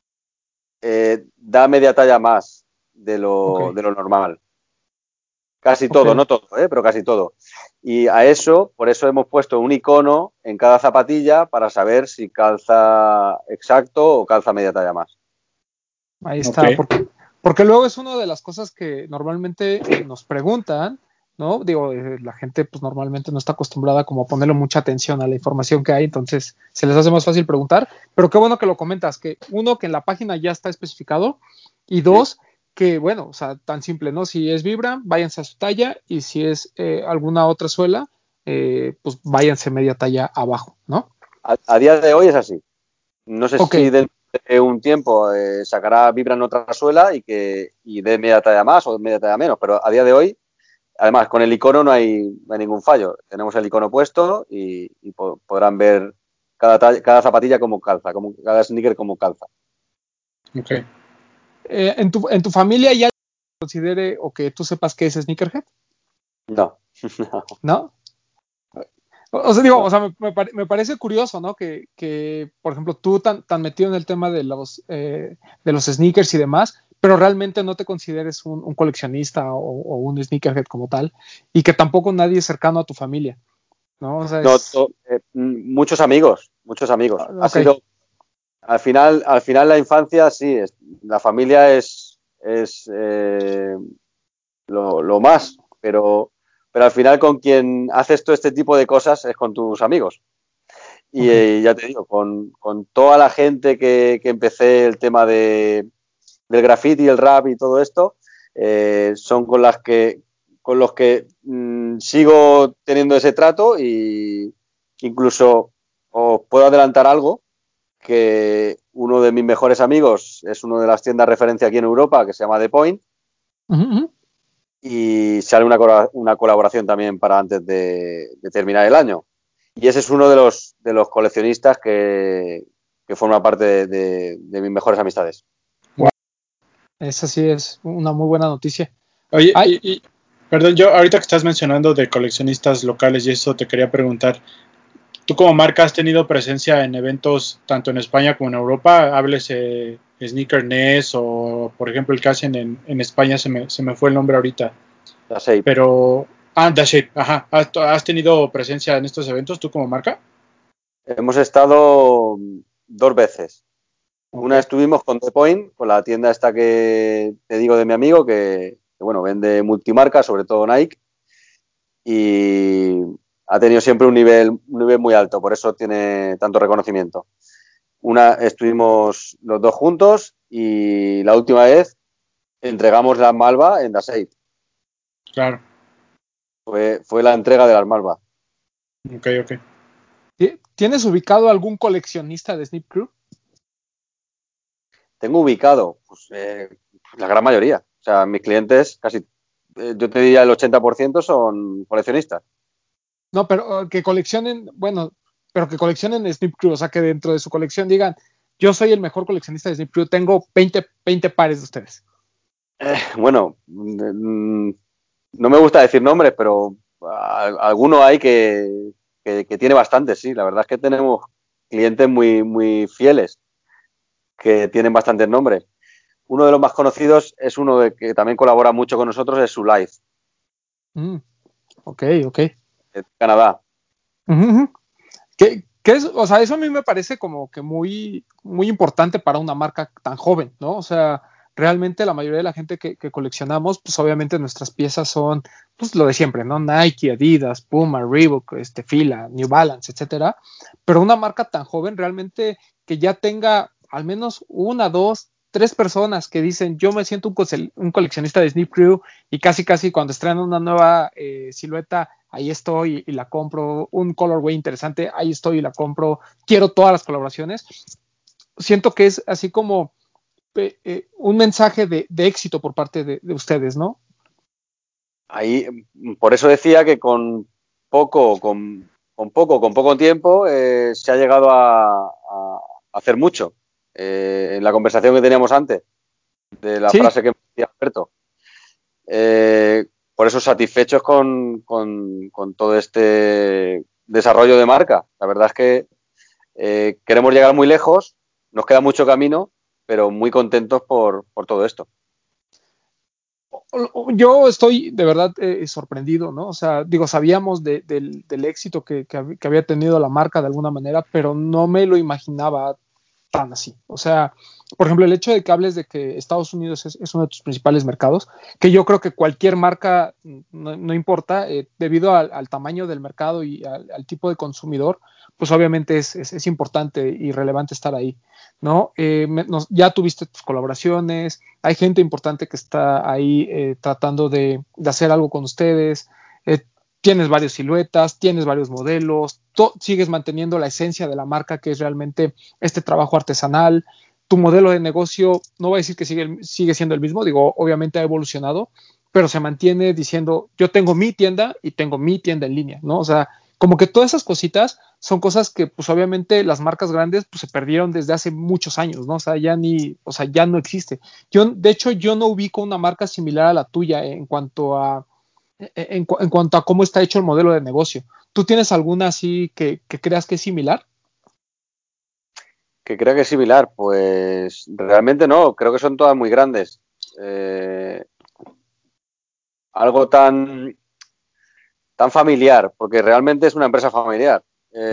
da media talla más de ok, lo normal. Casi ok. todo, no todo, pero casi todo. Y por eso hemos puesto un icono en cada zapatilla para saber si calza exacto o calza media talla más. Ahí Ok. está. Porque luego es una de las cosas que normalmente nos preguntan, ¿no? Digo, la gente pues normalmente no está acostumbrada como a ponerle mucha atención a la información que hay, entonces se les hace más fácil preguntar, pero qué bueno que lo comentas, que uno, que en la página ya está especificado, y Sí. dos, que bueno, o sea, tan simple, ¿no? Si es Vibram, váyanse a su talla, y si es alguna otra suela, pues váyanse media talla abajo, ¿no? A día de hoy es así. No sé Ok, si dentro de un tiempo sacará Vibram otra suela y dé media talla más o media talla menos, pero a día de hoy, además, con el icono no hay ningún fallo. Tenemos el icono puesto y podrán ver cada zapatilla como calza, cada sneaker como calza. Ok. en tu familia ya considere o que tú sepas que es sneakerhead, No, ¿no? O sea, digo, no. o sea, me parece curioso, ¿no? por ejemplo, tú tan metido en el tema de los sneakers y demás, pero realmente no te consideres un coleccionista o un sneakerhead como tal, y que tampoco nadie es cercano a tu familia, ¿no? O sea, No, muchos amigos, muchos amigos. Ha ok, sido, al final la infancia sí, la familia es lo más, pero al final con quien haces todo este tipo de cosas es con tus amigos. Y ok, ya te digo, con toda la gente que empecé el tema de del graffiti, el rap y todo esto, son con los que sigo teniendo ese trato, y incluso os puedo adelantar algo, que uno de mis mejores amigos es uno de las tiendas referencia aquí en Europa, que se llama The Point, y sale una colaboración también para antes de terminar el año. Y ese es uno de los coleccionistas que forma parte de mis mejores amistades. Esa sí es una muy buena noticia. Oye, perdón, yo ahorita que estás mencionando de coleccionistas locales y eso, te quería preguntar, ¿tú como marca has tenido presencia en eventos tanto en España como en Europa? Háblese Sneaker Nest o, por ejemplo, el que hacen en España, se me fue el nombre ahorita. The Shape. Pero, The Shape, ajá. ¿Has tenido presencia en estos eventos tú como marca? Hemos estado 2 veces. Okay. Una estuvimos con The Point, con la tienda esta que te digo de mi amigo, que bueno, vende multimarca, sobre todo Nike, y ha tenido siempre un nivel muy alto, por eso tiene tanto reconocimiento. Estuvimos los dos juntos, y la última vez entregamos la Malva en The Shape. Claro. Fue la entrega de las Malva. Ok. ¿Tienes ubicado algún coleccionista de Snip Crew? Tengo ubicado, pues, la gran mayoría. O sea, mis clientes, casi, yo te diría el 80% son coleccionistas. No, pero que coleccionen Snip Crew, o sea, que dentro de su colección digan, yo soy el mejor coleccionista de Snip Crew, tengo 20 pares de ustedes. Bueno, no me gusta decir nombres, pero alguno hay que tiene bastantes, sí. La verdad es que tenemos clientes muy fieles que tienen bastantes nombres. Uno de los más conocidos es uno que también colabora mucho con nosotros, es Sulife, Ok. de Canadá. Uh-huh. O sea, eso a mí me parece como que muy importante para una marca tan joven, ¿no? O sea, realmente la mayoría de la gente que coleccionamos, pues obviamente nuestras piezas son, pues lo de siempre, ¿no? Nike, Adidas, Puma, Reebok, Fila, New Balance, etcétera. Pero una marca tan joven realmente que ya tenga al menos 1, 2, 3 personas que dicen, yo me siento un coleccionista de Snip Crew, y casi cuando estrenan una nueva silueta, ahí estoy y la compro, un colorway interesante, ahí estoy y la compro, quiero todas las colaboraciones. Siento que es así como un mensaje de éxito por parte de ustedes, ¿no? Ahí, por eso decía que con poco tiempo, se ha llegado a hacer mucho. En la conversación que teníamos antes, de la Sí. frase que me decía Alberto. Por eso satisfechos con todo este desarrollo de marca. La verdad es que queremos llegar muy lejos, nos queda mucho camino, pero muy contentos por todo esto. Yo estoy de verdad sorprendido, ¿no? O sea, digo, sabíamos del éxito que había tenido la marca de alguna manera, pero no me lo imaginaba tan así. O sea, por ejemplo, el hecho de que hables de que Estados Unidos es uno de tus principales mercados, que yo creo que cualquier marca, no importa, debido al tamaño del mercado y al tipo de consumidor, pues obviamente es importante y relevante estar ahí, ¿no? Ya tuviste tus colaboraciones, hay gente importante que está ahí tratando de hacer algo con ustedes, tienes varias siluetas, tienes varios modelos, sigues manteniendo la esencia de la marca, que es realmente este trabajo artesanal. Tu modelo de negocio, no voy a decir que sigue siendo el mismo, digo, obviamente ha evolucionado, pero se mantiene diciendo, yo tengo mi tienda y tengo mi tienda en línea, ¿no? O sea, como que todas esas cositas son cosas que, pues obviamente las marcas grandes pues, se perdieron desde hace muchos años, ¿no? O sea, ya no existe. De hecho, yo no ubico una marca similar a la tuya en cuanto a cómo está hecho el modelo de negocio. ¿Tú tienes alguna así que creas que es similar? Que creo que es similar, pues realmente no, creo que son todas muy grandes. Algo tan familiar, porque realmente es una empresa familiar.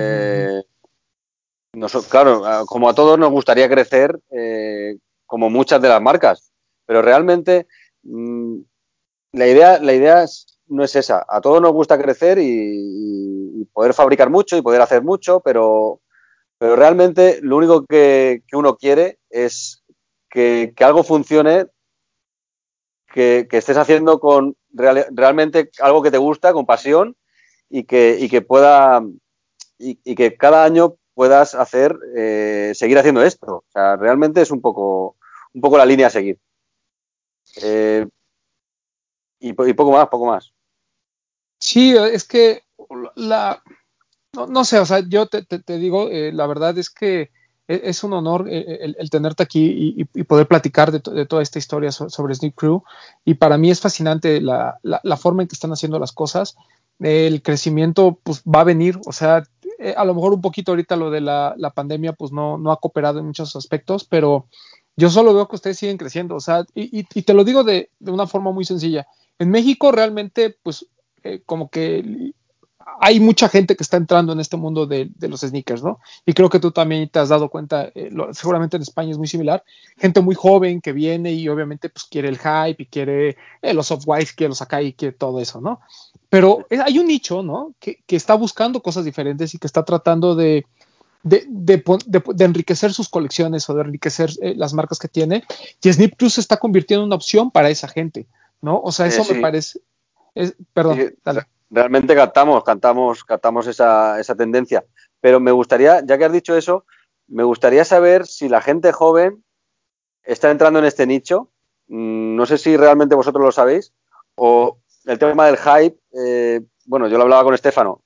Claro, como a todos nos gustaría crecer, como muchas de las marcas, pero realmente la idea no es esa. A todos nos gusta crecer y poder fabricar mucho y poder hacer mucho, pero realmente lo único que uno quiere es que algo funcione, que estés haciendo con realmente algo que te gusta, con pasión, y que pueda, y que cada año puedas hacer, seguir haciendo esto. O sea, realmente es un poco la línea a seguir. Y poco más, poco más. Sí, es que no sé, o sea, yo te digo, la verdad es que es un honor el tenerte aquí y poder platicar de toda esta historia sobre Sneak Crew. Y para mí es fascinante la forma en que están haciendo las cosas. El crecimiento pues va a venir, o sea, a lo mejor un poquito ahorita lo de la pandemia pues no ha cooperado en muchos aspectos, pero yo solo veo que ustedes siguen creciendo, o sea, y te lo digo de una forma muy sencilla. En México realmente pues como que hay mucha gente que está entrando en este mundo de los sneakers, ¿no? Y creo que tú también te has dado cuenta, seguramente en España es muy similar, gente muy joven que viene y obviamente pues quiere el hype y quiere los off-whites, quiere los Akai y quiere todo eso, ¿no? Pero hay un nicho, ¿no? Que está buscando cosas diferentes y que está tratando de enriquecer sus colecciones o de enriquecer las marcas que tiene. Y Snip Cruz se está convirtiendo en una opción para esa gente, ¿no? O sea, eso me Sí, parece. Perdón, sí, dale. realmente captamos esa tendencia. Pero me gustaría, ya que has dicho eso, me gustaría saber si la gente joven está entrando en este nicho. No sé si realmente vosotros lo sabéis. O el tema del hype, bueno, yo lo hablaba con Estefano.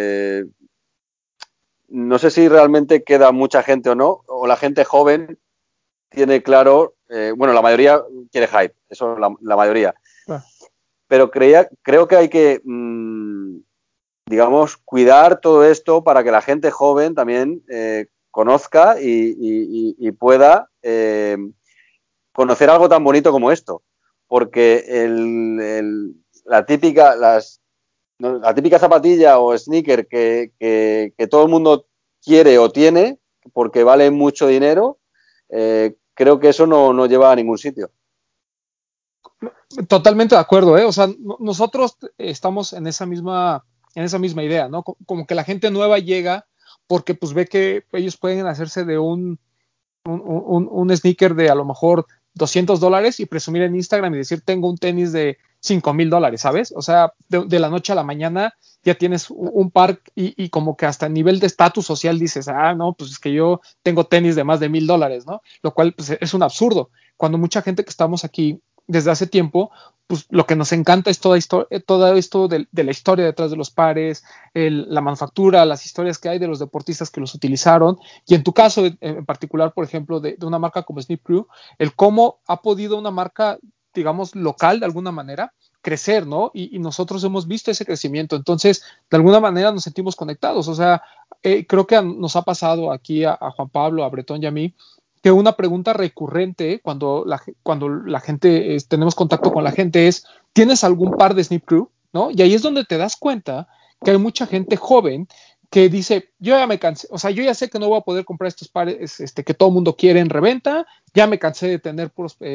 No sé si realmente queda mucha gente o no, o la gente joven tiene claro, bueno, la mayoría quiere hype, eso la mayoría. Ah. Pero creo que hay que, digamos, cuidar todo esto para que la gente joven también conozca y pueda conocer algo tan bonito como esto. Porque la típica zapatilla o sneaker que todo el mundo quiere o tiene porque vale mucho dinero, creo que eso no lleva a ningún sitio. Totalmente de acuerdo, ¿eh? O sea, nosotros estamos en esa misma idea, ¿no? Como que la gente nueva llega porque pues ve que ellos pueden hacerse de un sneaker de a lo mejor $200 y presumir en Instagram y decir tengo un tenis de $5,000, ¿sabes? O sea, de la noche a la mañana ya tienes un par y como que hasta a nivel de estatus social dices, no, pues es que yo tengo tenis de más de $1,000, ¿no? Lo cual pues, es un absurdo. Cuando mucha gente que estamos aquí desde hace tiempo, pues lo que nos encanta es todo esto de la historia detrás de los pares, la manufactura, las historias que hay de los deportistas que los utilizaron, y en tu caso en particular, por ejemplo, de una marca como Snip Crew, el cómo ha podido una marca, digamos, local de alguna manera, crecer, ¿no? Y nosotros hemos visto ese crecimiento, entonces, de alguna manera nos sentimos conectados, o sea, creo que nos ha pasado aquí a Juan Pablo, a Bretón y a mí, que una pregunta recurrente cuando la gente, tenemos contacto con la gente es, ¿tienes algún par de Snip Crew? ¿No? Y ahí es donde te das cuenta que hay mucha gente joven que dice, yo ya me cansé, o sea, yo ya sé que no voy a poder comprar estos pares que todo el mundo quiere en reventa, ya me cansé de tener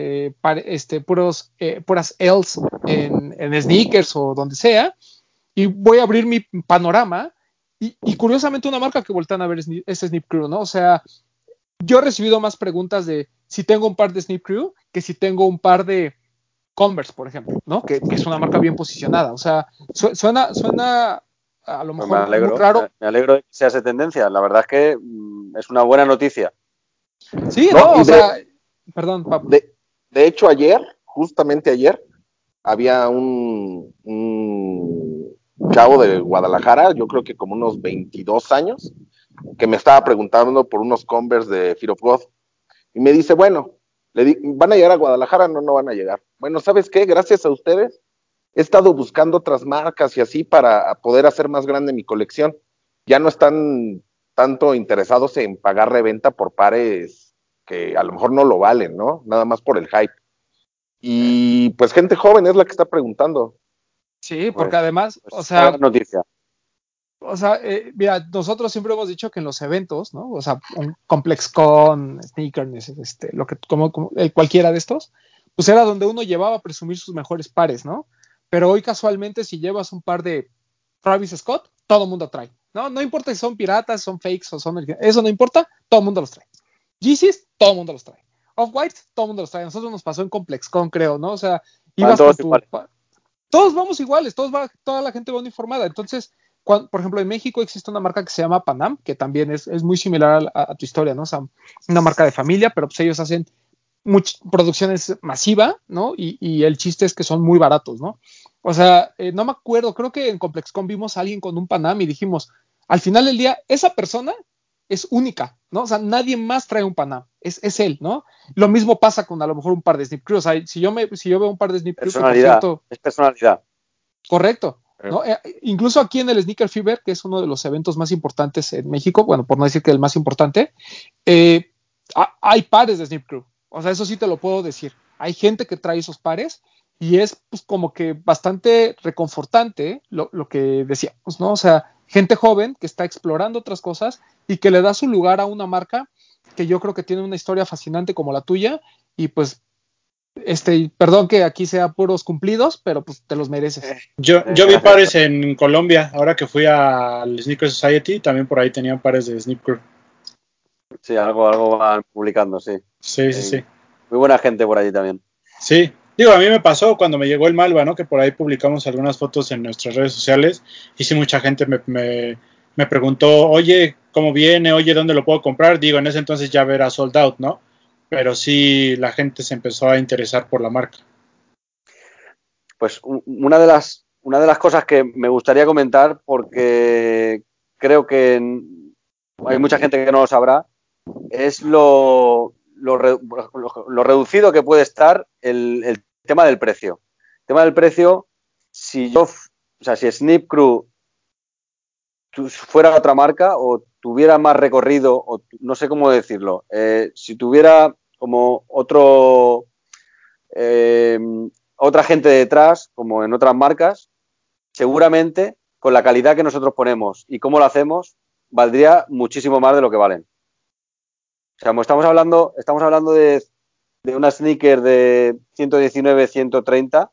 puras L's en sneakers o donde sea, y voy a abrir mi panorama, y curiosamente una marca que voltean a ver es Snip Crew, ¿no? O sea, yo he recibido más preguntas de si tengo un par de Snip Crew que si tengo un par de Converse, por ejemplo, ¿no? Que es una marca bien posicionada. O sea, suena a lo Pues me mejor muy alegro, raro. me alegro de que sea esa tendencia. La verdad es que es una buena noticia. Sí, No, ¿no? y O sea, perdón, Pablo. de hecho ayer, justamente ayer, había un chavo de Guadalajara, yo creo que como unos 22 años, que me estaba preguntando por unos Converse de Fear of God. Y me dice, bueno, ¿van a llegar a Guadalajara? No, no van a llegar. Bueno, ¿sabes qué? Gracias a ustedes he estado buscando otras marcas y así para poder hacer más grande mi colección. Ya no están tanto interesados en pagar reventa por pares que a lo mejor no lo valen, ¿no? Nada más por el hype. Y pues gente joven es la que está preguntando. Sí, porque Pues, además, pues es una gran noticia. mira, nosotros siempre hemos dicho que en los eventos, ¿no? O sea, un ComplexCon, Sneakers, cualquiera de estos, pues era donde uno llevaba a presumir sus mejores pares, ¿no? Pero hoy casualmente si llevas un par de Travis Scott, todo el mundo trae, ¿no? No importa si son piratas, son fakes o son... Eso no importa, todo el mundo los trae. Yeezys, todo el mundo los trae. Off-White, todo el mundo los trae. A nosotros nos pasó en ComplexCon, creo, ¿no? O sea, Van ibas todos con tu... iguales. Todos vamos iguales, toda la gente va uniformada. Entonces, por ejemplo, en México existe una marca que se llama Panam, que también es muy similar a tu historia, ¿no? O sea, una marca de familia, pero pues ellos hacen producciones masiva, ¿no? Y el chiste es que son muy baratos, ¿no? O sea, no me acuerdo, creo que en ComplexCon vimos a alguien con un Panam y dijimos, al final del día, esa persona es única, ¿no? O sea, nadie más trae un Panam, es él, ¿no? Lo mismo pasa con a lo mejor un par de Snip Crew, o sea, si yo veo un par de Snip Crew, que por Personalidad, cierto, es personalidad. correcto, ¿no? Incluso aquí en el Sneaker Fever, que es uno de los eventos más importantes en México, bueno, por no decir que el más importante, hay pares de Snip Crew. O sea, eso sí te lo puedo decir. Hay gente que trae esos pares y es pues como que bastante reconfortante lo que decíamos, ¿no? O sea, gente joven que está explorando otras cosas y que le da su lugar a una marca que yo creo que tiene una historia fascinante como la tuya y pues perdón que aquí sea puros cumplidos, pero pues te los mereces. Yo vi Gracias. pares en Colombia, ahora que fui al Sneaker Society, también por ahí tenían pares de Snip Crew. Sí, algo van publicando, sí. Sí, sí, sí. Muy buena gente por allí también. Sí, digo, a mí me pasó cuando me llegó el Malva, ¿no? Que por ahí publicamos algunas fotos en nuestras redes sociales y sí mucha gente me preguntó, oye, ¿cómo viene? Oye, ¿dónde lo puedo comprar? Digo, en ese entonces ya era sold out, ¿no? Pero sí la gente se empezó a interesar por la marca. Pues una de las cosas que me gustaría comentar, porque creo que hay mucha gente que no lo sabrá, es lo reducido que puede estar el tema del precio. El tema del precio, si Snip Crew fuera otra marca o tuviera más recorrido, o no sé cómo decirlo, si tuviera como eh, otra gente detrás, como en otras marcas, seguramente con la calidad que nosotros ponemos y cómo lo hacemos, valdría muchísimo más de lo que valen. O sea, como estamos hablando de una sneaker de 119, 130,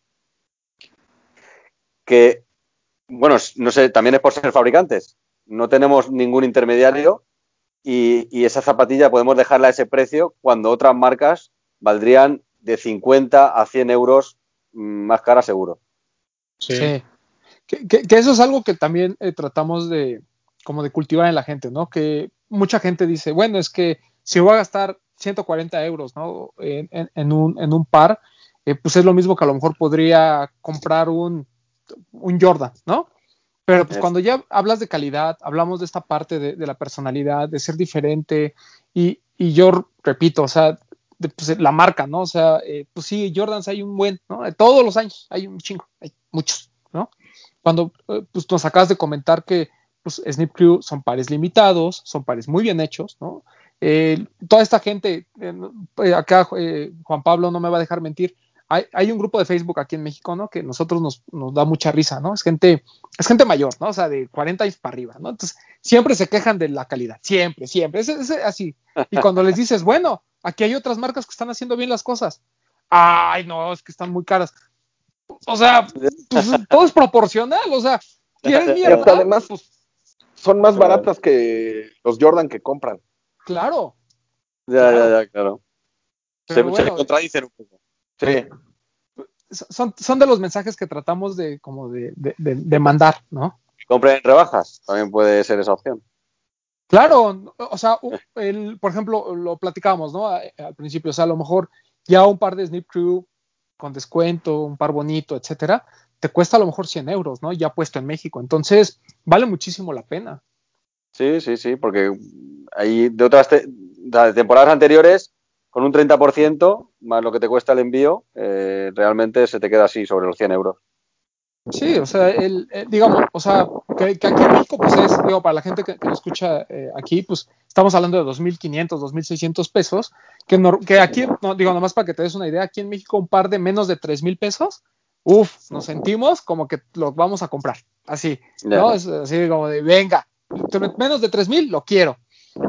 que, bueno, no sé, también es por ser fabricantes. No tenemos ningún intermediario y esa zapatilla podemos dejarla a ese precio cuando otras marcas valdrían de 50 a 100 euros más cara seguro. Sí. Sí. Que eso es algo que también tratamos como de cultivar en la gente, ¿no? Que mucha gente dice, bueno, es que si voy a gastar 140 euros, ¿no? En un par, pues es lo mismo que a lo mejor podría comprar un Jordan, ¿no? Pero pues cuando ya hablas de calidad, hablamos de esta parte de la personalidad, de ser diferente, y yo repito, o sea, pues, la marca, ¿no? O sea, pues sí, Jordans hay un buen, ¿no? Todos los años hay un chingo, hay muchos, ¿no? Cuando pues nos acabas de comentar que pues, Snip Crew son pares limitados, son pares muy bien hechos, ¿no? Toda esta gente, acá Juan Pablo no me va a dejar mentir, hay un grupo de Facebook aquí en México, ¿no? Que nosotros nos da mucha risa, ¿no? Es gente mayor, ¿no? O sea, de 40 años para arriba, ¿no? Entonces, siempre se quejan de la calidad, siempre, es así. Y cuando les dices, bueno, aquí hay otras marcas que están haciendo bien las cosas, ay, no, es que están muy caras. O sea, pues todo es proporcional, o sea, ¿quieres Y hasta mierda? además Pues son más baratas que los Jordan que compran. claro, Ya, claro. Se pero bueno, contradicen un poco. Sí. son de los mensajes que tratamos de mandar, ¿no? Compren en rebajas, también puede ser esa opción. Claro, o sea, por ejemplo, lo platicamos, ¿no? Al principio, o sea, a lo mejor ya un par de Snip Crew con descuento, un par bonito, etcétera, te cuesta a lo mejor 100 euros, ¿no? Ya puesto en México. Entonces, vale muchísimo la pena. Sí, porque hay de temporadas anteriores, con un 30% más lo que te cuesta el envío, realmente se te queda así sobre los 100 euros. Sí, o sea, digamos, o sea, que aquí en México, pues digo, para la gente que lo escucha aquí, pues estamos hablando de 2.500, 2.600 pesos, que aquí, no, digo, nomás para que te des una idea, aquí en México un par de menos de 3.000 pesos, nos sentimos como que lo vamos a comprar, así, ¿no? Es así como de, venga, menos de 3.000, lo quiero.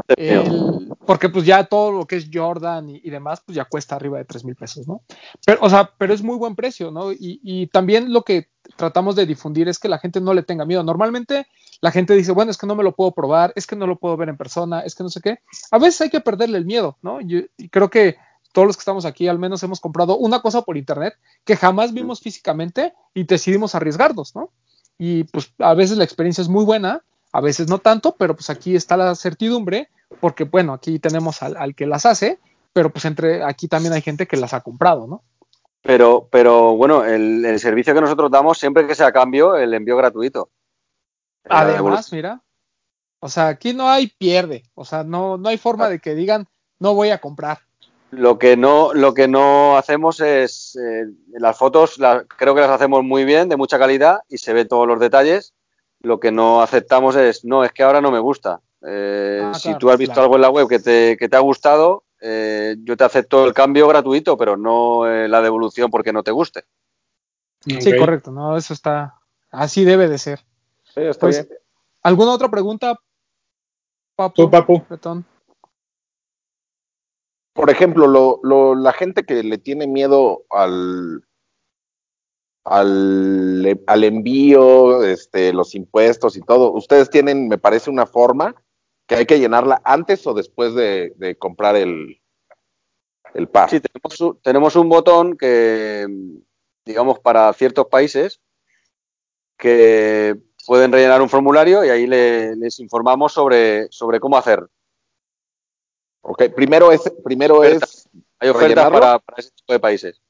Porque pues ya todo lo que es Jordan y demás, pues ya cuesta arriba de 3.000 pesos, ¿no? Pero, o sea, pero es muy buen precio, ¿no? Y también lo que tratamos de difundir es que la gente no le tenga miedo. Normalmente la gente dice, bueno, es que no me lo puedo probar, es que no lo puedo ver en persona, es que no sé qué. A veces hay que perderle el miedo, ¿no? Y creo que todos los que estamos aquí al menos hemos comprado una cosa por internet que jamás vimos físicamente y decidimos arriesgarnos, ¿no? Y pues a veces la experiencia es muy buena, a veces no tanto, pero pues aquí está la certidumbre, porque bueno, aquí tenemos al que las hace, pero pues aquí también hay gente que las ha comprado, ¿no? Pero bueno, el servicio que nosotros damos, siempre que sea a cambio, el envío gratuito. Además, mira, o sea, aquí no hay pierde, o sea, no hay forma de que digan, no voy a comprar. Lo que no hacemos es, las fotos creo que las hacemos muy bien, de mucha calidad, y se ven todos los detalles. Lo que no aceptamos es que ahora no me gusta. Si Claro, tú has visto claro. algo en la web que te ha gustado, yo te acepto el cambio gratuito, pero no la devolución porque no te guste. Sí, correcto, no, eso así debe de ser. Sí, está Pues, bien. ¿alguna otra pregunta, Tú, Papu. Bretón? Por ejemplo, la gente que le tiene miedo al envío, los impuestos y todo, ustedes tienen, me parece, una forma que hay que llenarla antes o después de comprar el par. Sí, tenemos un botón que, digamos, para ciertos países que pueden rellenar un formulario y ahí les informamos sobre cómo hacer. Ok, primero es Hay ofertas rellenarlo. para ese tipo de países.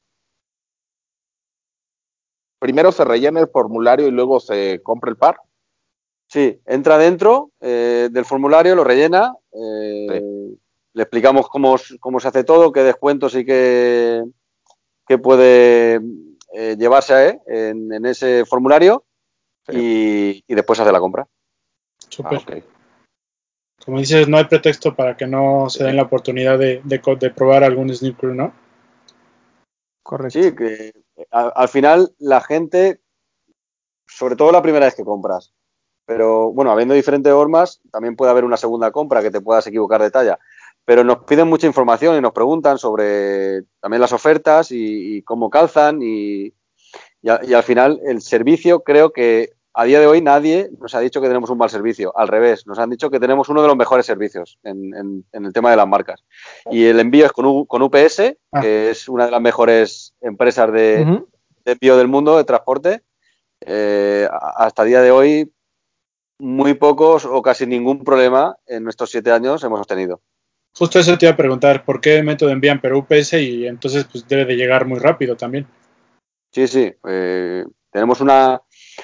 Primero se rellena el formulario y luego se compra el par. Sí, entra dentro del formulario, lo rellena, Sí. le explicamos cómo se hace todo, qué descuentos y qué puede llevarse en ese formulario Sí. y después hace la compra. Súper. Ok. Como dices, no hay pretexto para que no se den la oportunidad de probar algún Sneak Crew, ¿no? Correcto. Sí, que al final la gente, sobre todo la primera vez que compras, pero bueno, habiendo diferentes formas, también puede haber una segunda compra que te puedas equivocar de talla. Pero nos piden mucha información y nos preguntan sobre también las ofertas y cómo calzan y al final el servicio, creo que a día de hoy nadie nos ha dicho que tenemos un mal servicio. Al revés, nos han dicho que tenemos uno de los mejores servicios en el tema de las marcas. Y el envío es con UPS, que es una de las mejores empresas de envío del mundo, de transporte. Hasta el día de hoy, muy pocos o casi ningún problema en nuestros 7 años hemos tenido. Justo eso te iba a preguntar, ¿por qué método envían pero UPS? Y entonces pues debe de llegar muy rápido también. Sí. Tenemos una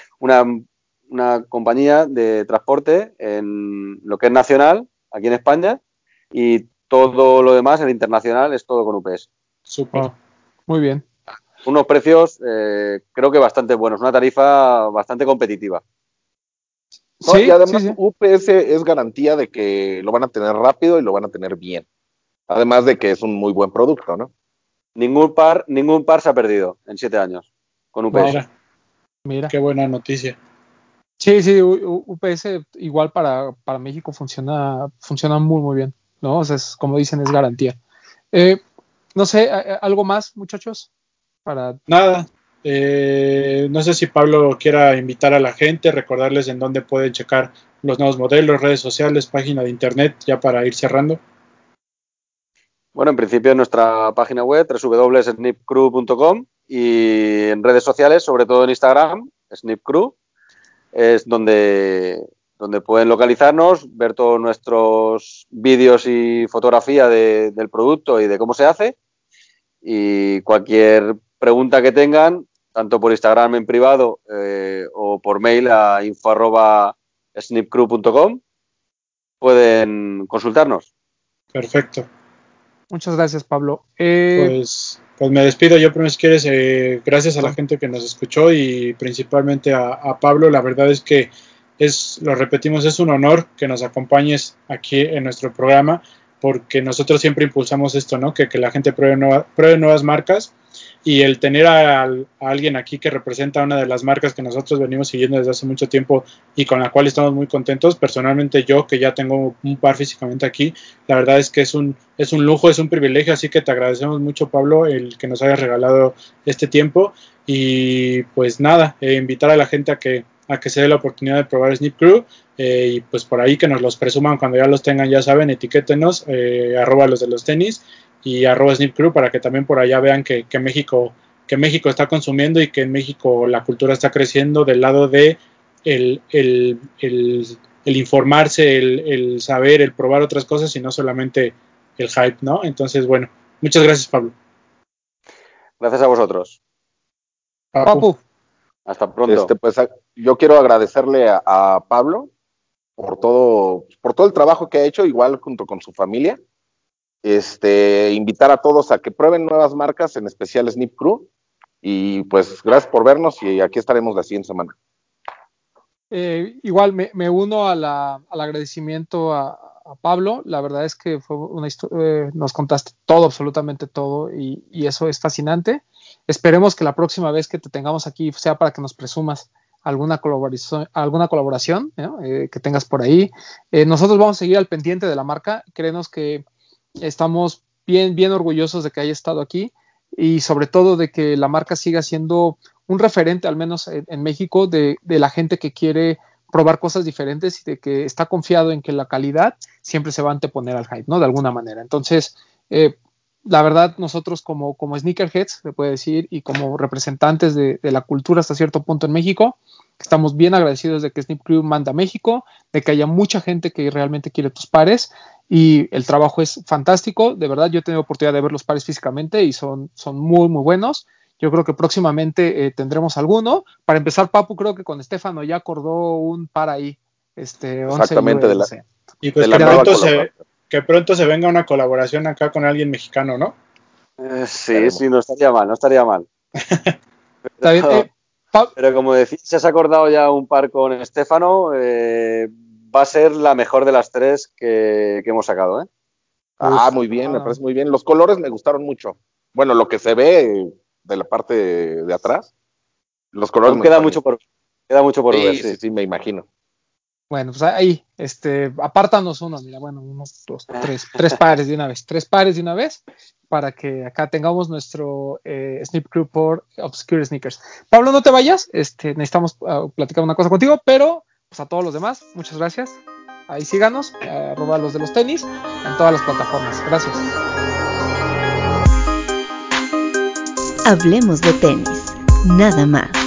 compañía de transporte en lo que es nacional, aquí en España, y todo lo demás, el internacional, es todo con UPS. Súper. Muy bien. Unos precios, creo que bastante buenos, una tarifa bastante competitiva. No, y Sí, además sí. UPS es garantía de que lo van a tener rápido y lo van a tener bien. Además de que es un muy buen producto, ¿no? Ningún par se ha perdido en 7 años con UPS. Wow. Mira. Qué buena noticia. Sí, UPS igual para México funciona muy, muy bien, ¿no? O sea, como dicen, es garantía. No sé, ¿algo más, muchachos? Nada. No sé si Pablo quiera invitar a la gente, recordarles en dónde pueden checar los nuevos modelos, redes sociales, página de internet, ya para ir cerrando. Bueno, en principio en nuestra página web, www.snipcrew.com, y en redes sociales, sobre todo en Instagram, snipcrew, es donde pueden localizarnos, ver todos nuestros vídeos y fotografía del producto y de cómo se hace, y cualquier pregunta que tengan, tanto por Instagram en privado o por mail a info@snipcrew.com, pueden consultarnos. Perfecto. Muchas gracias, Pablo. Pues me despido yo, pero si quieres, gracias a la Tom. gente que nos escuchó y principalmente a Pablo. La verdad es que lo repetimos, es un honor que nos acompañes aquí en nuestro programa, porque nosotros siempre impulsamos esto, ¿no? Que la gente pruebe nuevas marcas, y el tener a alguien aquí que representa una de las marcas que nosotros venimos siguiendo desde hace mucho tiempo y con la cual estamos muy contentos. Personalmente yo, que ya tengo un par físicamente aquí, la verdad es que es un lujo, es un privilegio, así que te agradecemos mucho, Pablo, el que nos hayas regalado este tiempo. Y pues nada, invitar a la gente a que se dé la oportunidad de probar Snip Crew, y pues por ahí que nos los presuman cuando ya los tengan, ya saben, etiquétenos, @los de los tenis, y @SnipCrew para que también por allá vean que México está consumiendo y que en México la cultura está creciendo del lado de el informarse, el saber, el probar otras cosas y no solamente el hype, ¿no? Entonces, bueno, muchas gracias, Pablo. Gracias a vosotros. Papu. Hasta pronto. Pues yo quiero agradecerle a Pablo por todo el trabajo que ha hecho, igual junto con su familia. Invitar a todos a que prueben nuevas marcas, en especial Snip Crew. Y pues gracias por vernos y aquí estaremos la siguiente semana. Igual me uno al agradecimiento a Pablo. La verdad es que fue una nos contaste todo, absolutamente todo, y eso es fascinante. Esperemos que la próxima vez que te tengamos aquí sea para que nos presumas alguna colaboración, ¿no? Que tengas por ahí. Nosotros vamos a seguir al pendiente de la marca. Créenos que estamos bien orgullosos de que haya estado aquí y sobre todo de que la marca siga siendo un referente, al menos en México, de la gente que quiere probar cosas diferentes y de que está confiado en que la calidad siempre se va a anteponer al hype, ¿no? De alguna manera. Entonces, la verdad, nosotros como sneakerheads, se puede decir, y como representantes de la cultura hasta cierto punto en México, estamos bien agradecidos de que Snip Crew manda a México, de que haya mucha gente que realmente quiere tus pares y el trabajo es fantástico. De verdad, yo he tenido oportunidad de ver los pares físicamente y son muy buenos. Yo creo que próximamente tendremos alguno. Para empezar, Papu, creo que con Estefano ya acordó un par ahí. 11 Exactamente, US, y pues que pronto se venga una colaboración acá con alguien mexicano, ¿no? Sí, no estaría mal. Está bien. Pero como decís, si has acordado ya un par con Estefano, va a ser la mejor de las 3 que hemos sacado, ¿eh? Muy bien, me parece muy bien. Los colores me gustaron mucho. Bueno, lo que se ve de la parte de atrás, los colores queda mucho por ver. Sí, me imagino. Bueno, pues ahí, apártanos uno, mira, bueno, 1, 2, 3 pares de una vez, 3 pares de una vez, para que acá tengamos nuestro Snip Crew por Obscure Sneakers. Pablo, no te vayas, necesitamos platicar una cosa contigo, pero pues a todos los demás, muchas gracias. Ahí síganos, @los de los tenis, en todas las plataformas. Gracias. Hablemos de tenis, nada más.